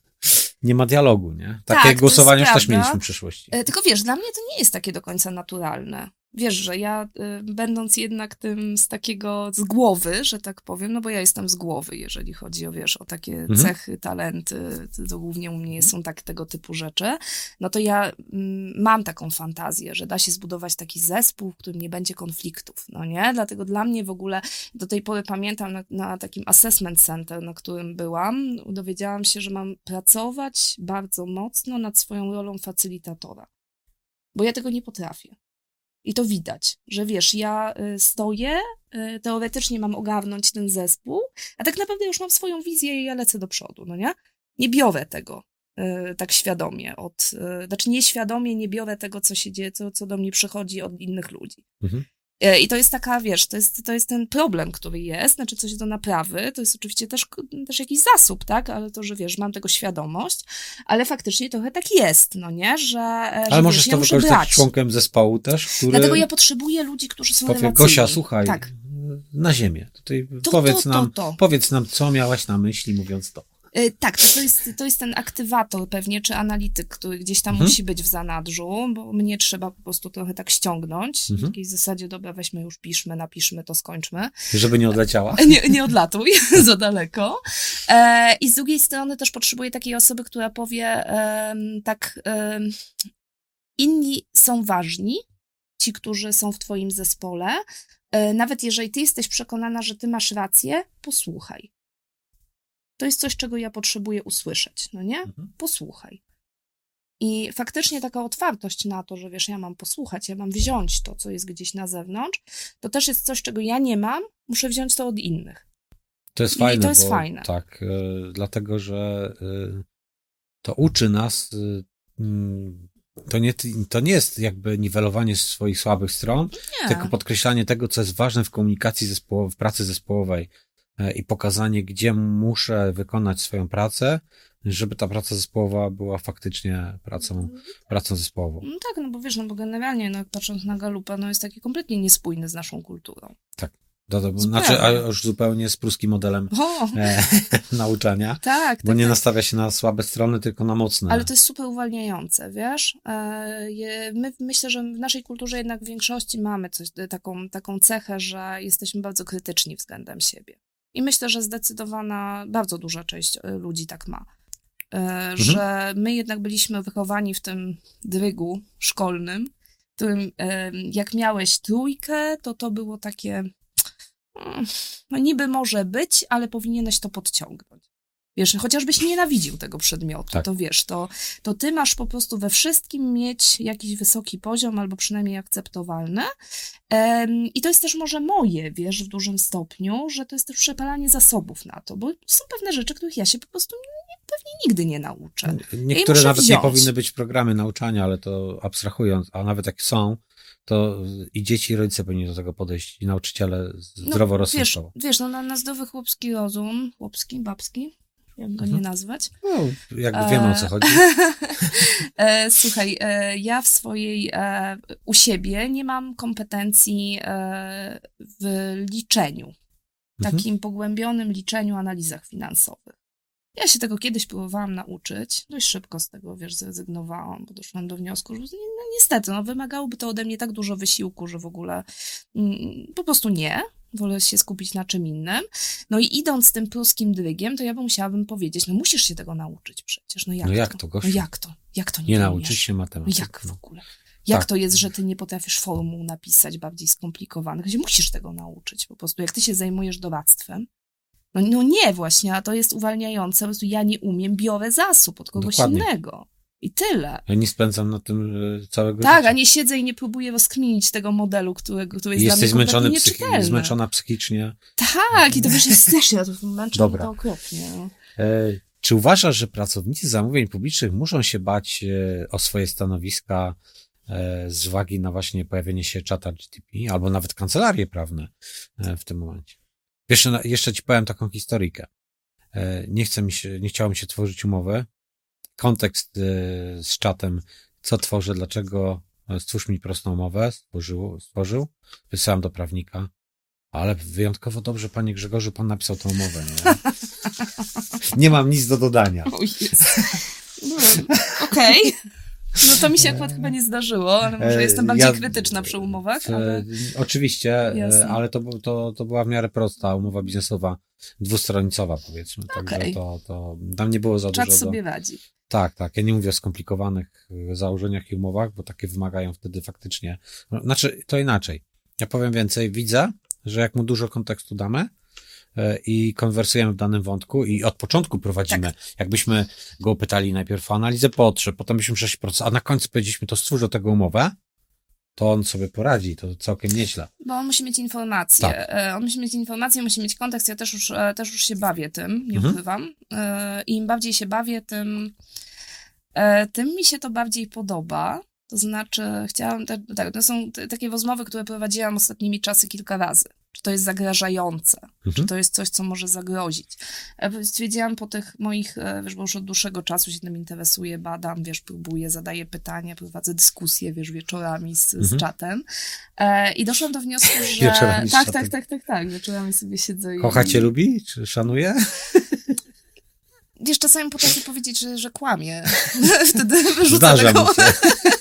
nie ma dialogu, nie? Takie Tak, to głosowania jest już też prawda. mieliśmy w przeszłości. E, Tylko wiesz, dla mnie to nie jest takie do końca naturalne. Wiesz, że ja, y, będąc jednak tym z takiego, z głowy, że tak powiem, no bo ja jestem z głowy, jeżeli chodzi o, wiesz, o takie Mhm. cechy, talenty, to głównie u mnie są tak tego typu rzeczy, no to ja mm, mam taką fantazję, że da się zbudować taki zespół, w którym nie będzie konfliktów, no nie? Dlatego dla mnie w ogóle, do tej pory pamiętam na, na takim assessment center, na którym byłam, dowiedziałam się, że mam pracować bardzo mocno nad swoją rolą facylitatora. Bo ja tego nie potrafię. I to widać, że wiesz, ja y, stoję, y, teoretycznie mam ogarnąć ten zespół, a tak naprawdę już mam swoją wizję i ja lecę do przodu, no nie? Nie biorę tego y, tak świadomie od, y, znaczy nieświadomie nie biorę tego, co się dzieje, co, co do mnie przychodzi od innych ludzi. Mhm. Y, I to jest taka, wiesz, to jest, to jest ten problem, który jest, znaczy coś do naprawy, to jest oczywiście też, też jakiś zasób, tak, ale to, że wiesz, mam tego świadomość, ale faktycznie trochę tak jest, no nie, że, Ale że możesz wiesz, ja to muszę wykorzystać brać. członkiem zespołu też, który Dlatego ja potrzebuję ludzi, którzy są powie, relacyjni. Gosia, słuchaj, Tak. na ziemię. Tutaj To, powiedz to, nam, to, to. powiedz nam, co miałaś na myśli, mówiąc to. Y, Tak, to, to, jest, to jest ten aktywator pewnie, czy analityk, który gdzieś tam Mhm. musi być w zanadrzu, bo mnie trzeba po prostu trochę tak ściągnąć. W Mhm. takiej zasadzie, dobra, weźmy już, piszmy, napiszmy, to skończmy. Żeby nie odleciała. Nie, nie odlatuj za daleko. E, I z drugiej strony też potrzebuję takiej osoby, która powie em, tak, em, inni są ważni, ci, którzy są w twoim zespole. E, nawet jeżeli ty jesteś przekonana, że ty masz rację, posłuchaj. To jest coś, czego ja potrzebuję usłyszeć, no nie? Mhm. Posłuchaj. I faktycznie taka otwartość na to, że wiesz, ja mam posłuchać, ja mam wziąć to, co jest gdzieś na zewnątrz, to też jest coś, czego ja nie mam, muszę wziąć to od innych. To jest I fajne. to jest bo, fajne. Tak, y, dlatego, że y, to uczy nas, y, mm, to, nie, to nie jest jakby niwelowanie swoich słabych stron, Nie. tylko podkreślanie tego, co jest ważne w komunikacji zespołowej, w pracy zespołowej y, i pokazanie, gdzie muszę wykonać swoją pracę, żeby ta praca zespołowa była faktycznie pracą, pracą zespołową. No tak, no bo wiesz, no bo generalnie, no, patrząc na Galupa, no jest taki kompletnie niespójny z naszą kulturą. Tak. To, to, znaczy, a już zupełnie z pruskim modelem e, nauczania, tak, bo tak, nie tak. nastawia się na słabe strony, tylko na mocne. Ale to jest super uwalniające, wiesz? E, je, my myślę, że w naszej kulturze jednak w większości mamy coś, taką, taką cechę, że jesteśmy bardzo krytyczni względem siebie. I myślę, że zdecydowana, bardzo duża część ludzi tak ma. E, mhm. Że my jednak byliśmy wychowani w tym drygu szkolnym, w którym e, jak miałeś trójkę, to to było takie... No niby może być, ale powinieneś to podciągnąć. Wiesz, chociażbyś nienawidził tego przedmiotu, tak. to wiesz, to, to ty masz po prostu we wszystkim mieć jakiś wysoki poziom, albo przynajmniej akceptowalny. Um, I to jest też może moje, wiesz, w dużym stopniu, że to jest też przepalanie zasobów na to, bo są pewne rzeczy, których ja się po prostu nie, pewnie nigdy nie nauczę. Niektóre nawet wziąć. Nie powinny być programy nauczania, ale to abstrahując, a nawet jak są, to i dzieci, i rodzice powinni do tego podejść, i nauczyciele zdroworozsądkowo. Wiesz, wiesz no na, na zdrowy chłopski rozum, chłopski, babski, jak go nie nazwać. No, jakby wiemy, o co chodzi. e, słuchaj, e, ja w swojej, e, u siebie nie mam kompetencji e, w liczeniu, takim mhm. pogłębionym liczeniu, analizach finansowych. Ja się tego kiedyś próbowałam nauczyć, dość szybko z tego, wiesz, zrezygnowałam, bo doszłam do wniosku, że no, niestety, no, wymagałoby to ode mnie tak dużo wysiłku, że w ogóle mm, po prostu nie, wolę się skupić na czym innym. No i idąc tym pruskim drygiem, to ja bym musiałabym powiedzieć, no musisz się tego nauczyć przecież, no jak no jak to? to gościu? No jak to? Jak to nie Nie umiesz? nauczysz się matematyki. No jak w ogóle? Jak tak. to jest, że ty nie potrafisz formuł napisać bardziej skomplikowanych? Gdzie musisz tego nauczyć po prostu. Jak ty się zajmujesz doradztwem, No, no nie właśnie, a to jest uwalniające, po prostu ja nie umiem, biorę zasób od kogoś Dokładnie. innego. I tyle. Ja nie spędzam na tym całego Tak, życia. a nie siedzę i nie próbuję rozkminić tego modelu, którego, który jest I dla mnie zmęczony kompletnie psychi- nieczytelny. zmęczona psychicznie. Tak, i to wiesz, jest też, ja to męczę Dobra. to okropnie. No. E, czy uważasz, że pracownicy zamówień publicznych muszą się bać e, o swoje stanowiska e, z uwagi na właśnie pojawienie się czata G T P, albo nawet kancelarie prawne e, w tym momencie? Wiesz, jeszcze ci powiem taką historyjkę. Nie chce mi się, nie chciało mi się tworzyć umowy. Kontekst z czatem, co tworzę, dlaczego, stwórz mi prostą umowę, stworzył, stworzył, wysłałem do prawnika, ale wyjątkowo dobrze, panie Grzegorzu, pan napisał tą umowę, nie? Nie mam nic do dodania. O jest. No, okej. Okay. No to mi się akurat chyba nie zdarzyło, ale może jestem bardziej ja, krytyczna przy umowach. Ale... Oczywiście, Jasne. ale to, to, to była w miarę prosta umowa biznesowa, dwustronicowa powiedzmy, okay. także to, to tam nie było za Czat dużo. Czat sobie do... radzi. Tak, tak, ja nie mówię o skomplikowanych założeniach i umowach, bo takie wymagają wtedy faktycznie, znaczy to inaczej, ja powiem więcej, widzę, że jak mu dużo kontekstu damy, i konwersujemy w danym wątku i od początku prowadzimy. Tak. Jakbyśmy go pytali najpierw o analizę potrzeb, potem byśmy sześć procent, a na końcu powiedzieliśmy, to stwórz do tego umowę, to on sobie poradzi, to całkiem nieźle. Bo on musi mieć informacje. Tak. On musi mieć informacje, musi mieć kontekst. Ja też już, też już się bawię tym, nie mhm. ukrywam. I im bardziej się bawię, tym, tym mi się to bardziej podoba. To znaczy, chciałam, tak, to są te, takie rozmowy, które prowadziłam ostatnimi czasy kilka razy. Czy to jest zagrażające? Mhm. Czy to jest coś, co może zagrozić? Stwierdziłam po tych moich, wiesz, bo już od dłuższego czasu się tym interesuję, badam, wiesz, próbuję, zadaję pytania, prowadzę dyskusje, wiesz, wieczorami z, mhm. z czatem. E, I doszłam do wniosku, że... Wieczorami z tak, czatem. tak, tak, tak, tak, wieczorami sobie siedzę i... Kocha cię lubi? Czy szanuje? Wiesz, czasami potrafię powiedzieć, że, że kłamie. Wtedy wyrzucę Zdarza taką... mi się.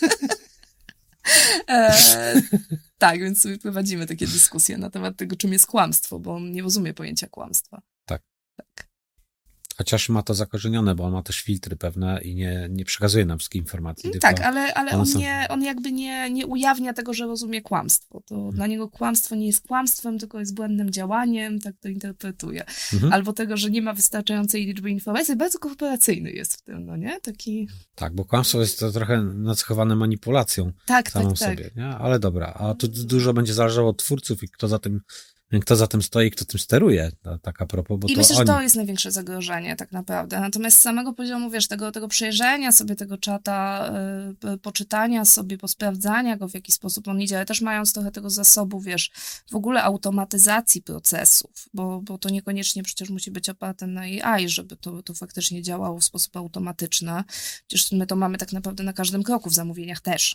e, tak, więc sobie prowadzimy takie dyskusje na temat tego, czym jest kłamstwo, bo on nie rozumie pojęcia kłamstwa. Tak. tak. Chociaż ma to zakorzenione, bo on ma też filtry pewne i nie, nie przekazuje nam wszystkich informacji. Tak, ale, ale on, nie, on jakby nie, nie ujawnia tego, że rozumie kłamstwo. To hmm. dla niego kłamstwo nie jest kłamstwem, tylko jest błędnym działaniem, tak to interpretuje. Hmm. Albo tego, że nie ma wystarczającej liczby informacji. Bardzo korporacyjny jest w tym, no nie? Taki... Tak, bo kłamstwo jest to trochę nacechowane manipulacją tak, samą tak, sobie. tak. Nie? Ale dobra, a tu dużo będzie zależało od twórców i kto za tym Kto za tym stoi, kto tym steruje, tak a propos, bo I to myślę, oni... że to jest największe zagrożenie tak naprawdę. Natomiast z samego poziomu, wiesz, tego, tego przejrzenia sobie tego czata, yy, poczytania sobie, posprawdzania go, w jaki sposób on idzie, ale też mając trochę tego zasobu, wiesz, w ogóle automatyzacji procesów, bo, bo to niekoniecznie przecież musi być oparte na A I, żeby to, to faktycznie działało w sposób automatyczny. Przecież my to mamy tak naprawdę na każdym kroku w zamówieniach też.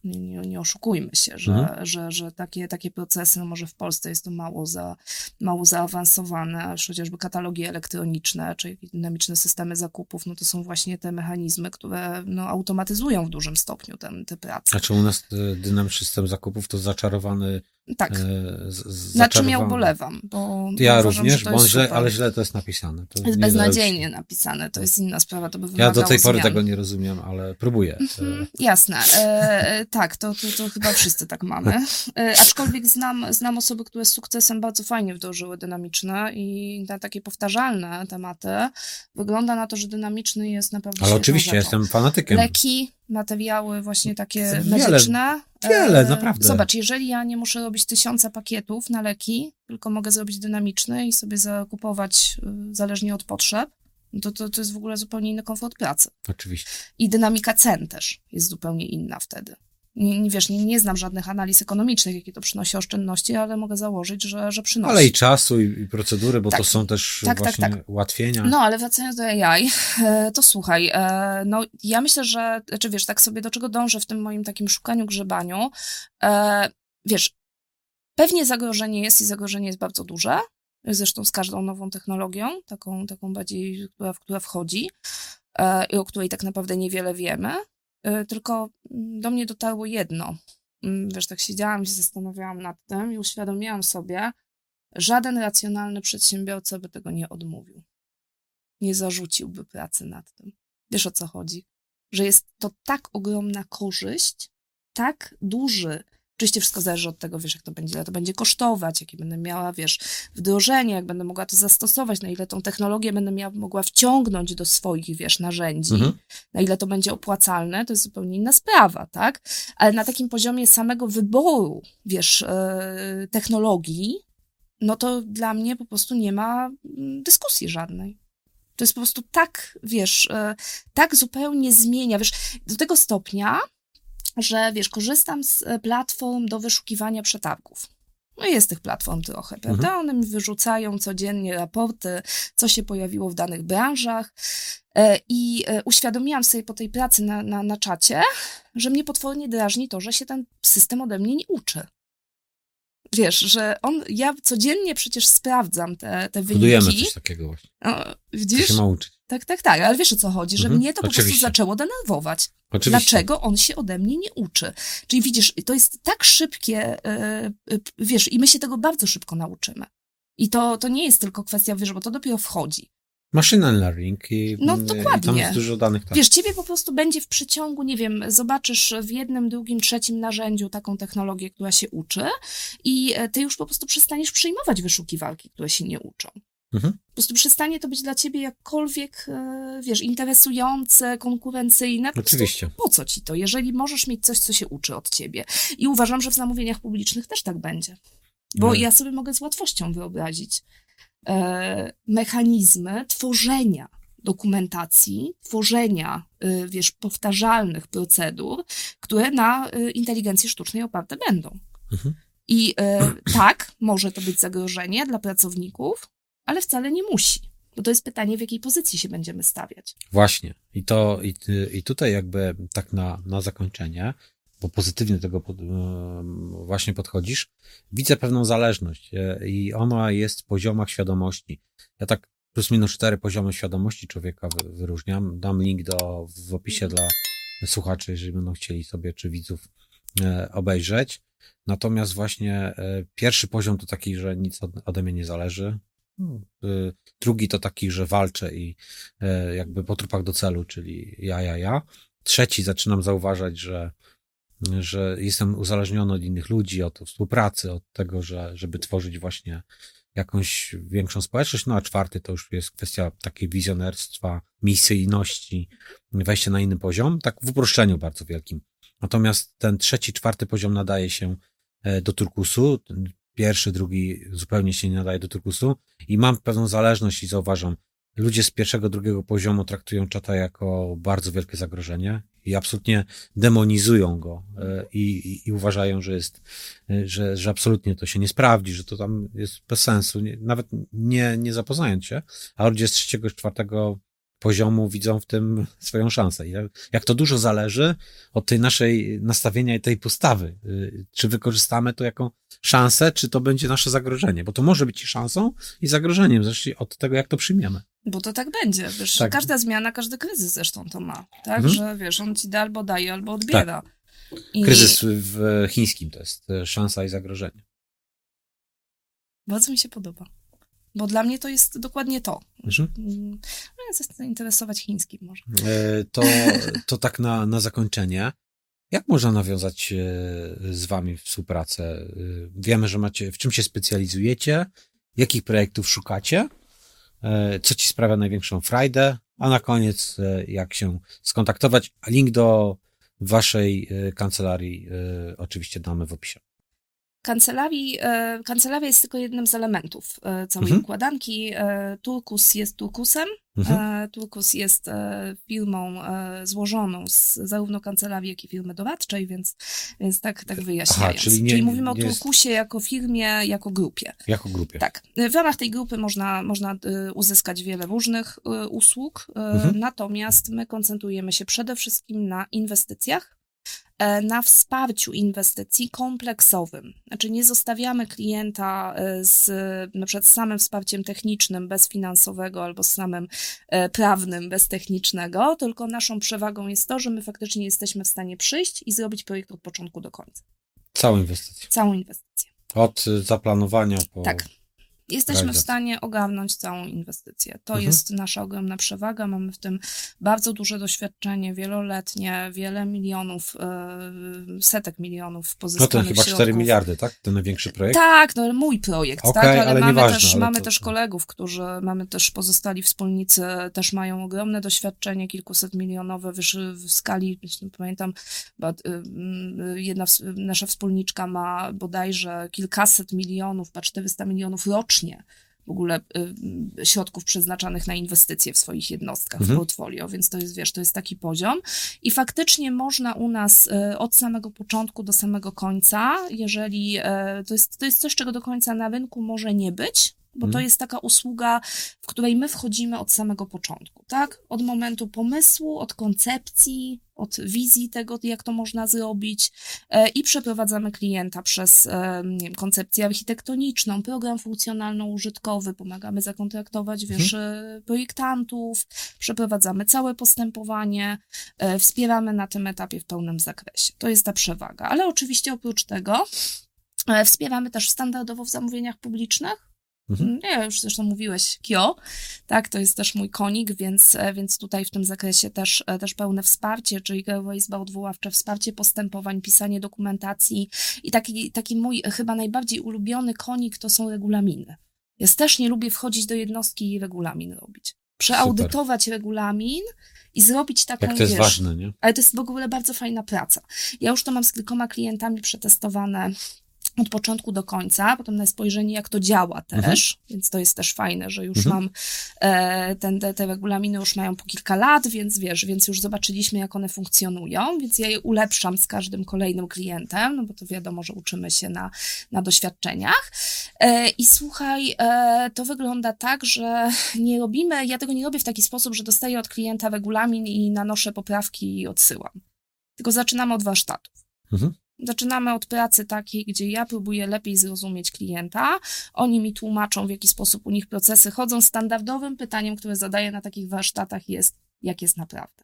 Nie, nie, nie oszukujmy się, że, Mhm. że, że takie, takie procesy, no może w Polsce jest to mało, za, mało zaawansowane, aż chociażby katalogi elektroniczne, czy jakieś dynamiczne systemy zakupów, no to są właśnie te mechanizmy, które no, automatyzują w dużym stopniu ten, te prace. Znaczy u nas e, dynamiczny system zakupów to zaczarowany... Tak, e, z, z, na czym ja zaczarowany. ubolewam, bo Ja uważam, również, że to bo jest źle, super. ale źle to jest napisane. To To jest nie beznadziejnie zależy- napisane, to jest inna sprawa, to by Ja wymagało do tej pory zmian. tego nie rozumiem, ale próbuję. Mhm, jasne, e, tak, to, to, to chyba wszyscy tak mamy. E, aczkolwiek znam, znam osoby, które z sukcesem bardzo fajnie wdrożyły dynamiczne i na takie powtarzalne tematy wygląda na to, że dynamiczny jest naprawdę Ale świetną oczywiście, ja rzeczą. jestem fanatykiem. Leki, materiały właśnie takie Wiele, medyczne. wiele, E, naprawdę. Zobacz, jeżeli ja nie muszę robić tysiąca pakietów na leki, tylko mogę zrobić dynamiczny i sobie zakupować y, zależnie od potrzeb, no to, to, to jest w ogóle zupełnie inny komfort pracy. Oczywiście. I dynamika cen też jest zupełnie inna wtedy. Nie, nie wiesz, nie, nie znam żadnych analiz ekonomicznych, jakie to przynosi oszczędności, ale mogę założyć, że, że przynosi. Ale i czasu, i, i procedury, bo Tak. to są też Tak, tak, właśnie tak. ułatwienia. No, ale wracając do A I, e, to słuchaj, e, no ja myślę, że, czy wiesz, tak sobie do czego dążę w tym moim takim szukaniu, grzebaniu, e, wiesz, pewnie zagrożenie jest i zagrożenie jest bardzo duże, zresztą z każdą nową technologią, taką, taką bardziej, która, która wchodzi e, i o której tak naprawdę niewiele wiemy, e, tylko do mnie dotarło jedno. Mm, Wiesz, tak siedziałam i się zastanawiałam nad tym i uświadomiłam sobie, żaden racjonalny przedsiębiorca by tego nie odmówił. Nie zarzuciłby pracy nad tym. Wiesz, o co chodzi? Że jest to tak ogromna korzyść, tak duży. Oczywiście wszystko zależy od tego, wiesz, jak to będzie, ile to będzie kosztować, jakie będę miała, wiesz, wdrożenie, jak będę mogła to zastosować, na ile tą technologię będę miała, mogła wciągnąć do swoich, wiesz, narzędzi, Mhm. na ile to będzie opłacalne, to jest zupełnie inna sprawa, tak? Ale na takim poziomie samego wyboru, wiesz, yy, technologii, no to dla mnie po prostu nie ma mm, dyskusji żadnej. To jest po prostu tak, wiesz, e, tak zupełnie zmienia, wiesz, do tego stopnia, że, wiesz, korzystam z e, platform do wyszukiwania przetargów. No i jest tych platform trochę, prawda? Mhm. One mi wyrzucają codziennie raporty, co się pojawiło w danych branżach e, i e, uświadomiłam sobie po tej pracy na, na, na czacie, że mnie potwornie drażni to, że się ten system ode mnie nie uczy. Wiesz, że on, ja codziennie przecież sprawdzam te, te Budujemy wyniki. coś takiego właśnie. O, To widzisz? się ma uczyć. Tak, tak, tak, ale wiesz, o co chodzi, że Mhm, mnie to po oczywiście. prostu zaczęło denerwować. Oczywiście. Dlaczego on się ode mnie nie uczy? Czyli widzisz, to jest tak szybkie, yy, yy, wiesz, i my się tego bardzo szybko nauczymy. I to, to nie jest tylko kwestia, wiesz, bo to dopiero wchodzi. Machine learning i, No, i dokładnie. tam jest dużo danych. Tak. Wiesz, ciebie po prostu będzie w przeciągu, nie wiem, zobaczysz w jednym, drugim, trzecim narzędziu taką technologię, która się uczy i ty już po prostu przestaniesz przyjmować wyszukiwarki, które się nie uczą. Mhm. Po prostu przestanie to być dla ciebie jakkolwiek, e, wiesz, interesujące, konkurencyjne. Po prostu Oczywiście. po co ci to, jeżeli możesz mieć coś, co się uczy od ciebie? I uważam, że w zamówieniach publicznych też tak będzie. Bo Mhm. ja sobie mogę z łatwością wyobrazić e, mechanizmy tworzenia dokumentacji, tworzenia, y, wiesz, powtarzalnych procedur, które na y, inteligencji sztucznej oparte będą. Mhm. I y, tak, może to być zagrożenie dla pracowników, ale wcale nie musi. Bo to jest pytanie, w jakiej pozycji się będziemy stawiać. Właśnie. I to, i, i tutaj jakby tak na, na zakończenie, bo pozytywnie do tego pod, właśnie podchodzisz, widzę pewną zależność e, i ona jest w poziomach świadomości. Ja tak plus minus cztery poziomy świadomości człowieka wy- wyróżniam. Dam link do, w opisie dla słuchaczy, jeżeli będą chcieli sobie, czy widzów e, obejrzeć. Natomiast właśnie e, pierwszy poziom to taki, że nic od, ode mnie nie zależy. Hmm. Y, Drugi to taki, że walczę i e, jakby po trupach do celu, czyli ja, ja, ja. Trzeci zaczynam zauważać, że, że jestem uzależniony od innych ludzi, od współpracy, od tego, że, żeby tworzyć właśnie jakąś większą społeczność. No a czwarty to już jest kwestia takiej wizjonerstwa, misyjności, wejście na inny poziom, tak w uproszczeniu bardzo wielkim. Natomiast ten trzeci, czwarty poziom nadaje się e, do turkusu, pierwszy, drugi zupełnie się nie nadaje do turkusu i mam pewną zależność i zauważam, ludzie z pierwszego, drugiego poziomu traktują czata jako bardzo wielkie zagrożenie i absolutnie demonizują go e, i, i, i uważają, że jest, e, że, że absolutnie to się nie sprawdzi, że to tam jest bez sensu, nie, nawet nie, nie zapoznając się, a ludzie z trzeciego, czwartego poziomu widzą w tym swoją szansę. I jak to dużo zależy od tej naszej nastawienia i tej postawy. Czy wykorzystamy to jako szansę, czy to będzie nasze zagrożenie. Bo to może być i szansą, i zagrożeniem, zresztą od tego, jak to przyjmiemy. Bo to tak będzie, wiesz, Tak. każda zmiana, każdy kryzys zresztą to ma, tak, Mhm. że wiesz, on ci da albo daje, albo odbiera. I Kryzys w chińskim to jest szansa i zagrożenie. bardzo mi się podoba, bo dla mnie to jest dokładnie to. Mhm. Mm, No, ja chcę zainteresować chińskim może. E, To, to tak na, na zakończenie. Jak można nawiązać e, z wami współpracę? E, Wiemy, że macie, w czym się specjalizujecie, jakich projektów szukacie, e, co ci sprawia największą frajdę, a na koniec e, jak się skontaktować. Link do waszej e, kancelarii e, oczywiście damy w opisie. Kancelarii, e, kancelaria jest tylko jednym z elementów e, całej Mhm. układanki. E, Turkus jest Turkusem. Mhm. E, Turkus jest e, firmą e, złożoną z zarówno kancelarii, jak i firmy doradczej, więc, więc tak, tak wyjaśniając. czyli nie- mówimy o nie jest- Turkusie jako firmie, jako grupie. Jako grupie. Tak. W ramach tej grupy można, można y, uzyskać wiele różnych y, usług, y, Mhm. natomiast my koncentrujemy się przede wszystkim na inwestycjach, e, na wsparciu inwestycji kompleksowym. Znaczy nie zostawiamy klienta y, z na przykład z samym wsparciem technicznym bez finansowego albo z samym e, prawnym bez technicznego, tylko naszą przewagą jest to, że my faktycznie jesteśmy w stanie przyjść i zrobić projekt od początku do końca. Całą inwestycję. Całą inwestycję. Od y, zaplanowania po... Tak. Jesteśmy w realizację. stanie ogarnąć całą inwestycję. To Mhm. jest nasza ogromna przewaga. Mamy w tym bardzo duże doświadczenie, wieloletnie, wiele milionów, e, setek milionów No to pozyskanych chyba środków. cztery miliardy, tak? Ten największy projekt? Tak, no ale mój projekt, Okej, tak, ale, ale mamy, nieważne, też, ale mamy to- też kolegów, którzy, mamy też pozostali wspólnicy, też mają ogromne doświadczenie, kilkuset milionowe wyż, w skali, jeśli pamiętam, bo, y, y, jedna ws- nasza wspólniczka ma bodajże kilkaset milionów, chyba czterysta milionów rocznie w ogóle y, środków przeznaczanych na inwestycje w swoich jednostkach, Mhm. w portfolio, więc to jest, wiesz, to jest taki poziom. I faktycznie można u nas y, od samego początku do samego końca, jeżeli y, to jest, to jest coś, czego do końca na rynku może nie być, bo to Mhm. jest taka usługa, w której my wchodzimy od samego początku, tak? Od momentu pomysłu, od koncepcji, od wizji tego, jak to można zrobić e, i przeprowadzamy klienta przez e, nie wiem, koncepcję architektoniczną, program funkcjonalno-użytkowy, pomagamy zakontraktować, wiesz, e, projektantów, przeprowadzamy całe postępowanie, e, wspieramy na tym etapie w pełnym zakresie. To jest ta przewaga. Ale oczywiście oprócz tego e, wspieramy też standardowo w zamówieniach publicznych. Mhm. Ja już zresztą mówiłeś K I O, tak, to jest też mój konik, więc, e, więc tutaj w tym zakresie też, e, też pełne wsparcie, czyli Krajowa Izba Odwoławcza, wsparcie postępowań, pisanie dokumentacji i taki, taki mój chyba najbardziej ulubiony konik to są regulaminy. Ja też nie lubię wchodzić do jednostki i regulamin robić. Przeaudytować regulamin i zrobić taką, Jak to jest wiesz, ważne, nie? ale to jest w ogóle bardzo fajna praca. Ja już to mam z kilkoma klientami przetestowane od początku do końca, potem na spojrzenie, jak to działa też, Mhm. więc to jest też fajne, że już Mhm. mam e, ten, te, te regulaminy już mają po kilka lat, więc wiesz, więc już zobaczyliśmy, jak one funkcjonują, więc ja je ulepszam z każdym kolejnym klientem, no bo to wiadomo, że uczymy się na, na doświadczeniach. E, I słuchaj, e, to wygląda tak, że nie robimy, ja tego nie robię w taki sposób, że dostaję od klienta regulamin i nanoszę poprawki i odsyłam. Tylko zaczynamy od warsztatów. Mhm. Zaczynamy od pracy takiej, gdzie ja próbuję lepiej zrozumieć klienta, oni mi tłumaczą, w jaki sposób u nich procesy chodzą. Standardowym pytaniem, które zadaję na takich warsztatach jest, jak jest naprawdę.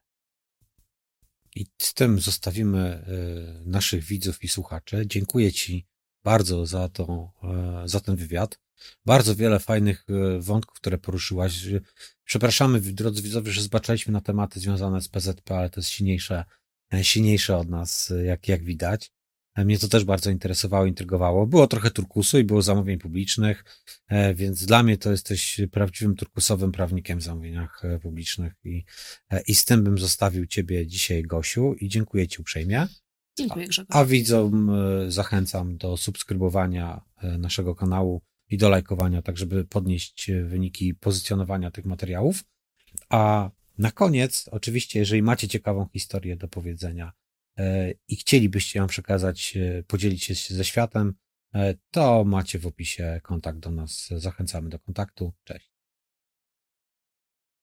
I z tym zostawimy y, naszych widzów i słuchaczy. Dziękuję Ci bardzo za, to, y, za ten wywiad. Bardzo wiele fajnych y, wątków, które poruszyłaś. Przepraszamy, drodzy widzowie, że zbaczaliśmy na tematy związane z P Z P, ale to jest silniejsze, silniejsze od nas, jak, jak widać. Mnie to też bardzo interesowało, intrygowało. Było trochę turkusu i było zamówień publicznych, więc dla mnie to jesteś prawdziwym turkusowym prawnikiem w zamówieniach publicznych i, i z tym bym zostawił Ciebie dzisiaj, Gosiu, i dziękuję Ci uprzejmie. Dziękuję, Grzegorz. A widzom zachęcam do subskrybowania naszego kanału i do lajkowania, tak żeby podnieść wyniki pozycjonowania tych materiałów. A na koniec, oczywiście, jeżeli macie ciekawą historię do powiedzenia i chcielibyście ją przekazać, podzielić się ze światem, to macie w opisie kontakt do nas. Zachęcamy do kontaktu. Cześć.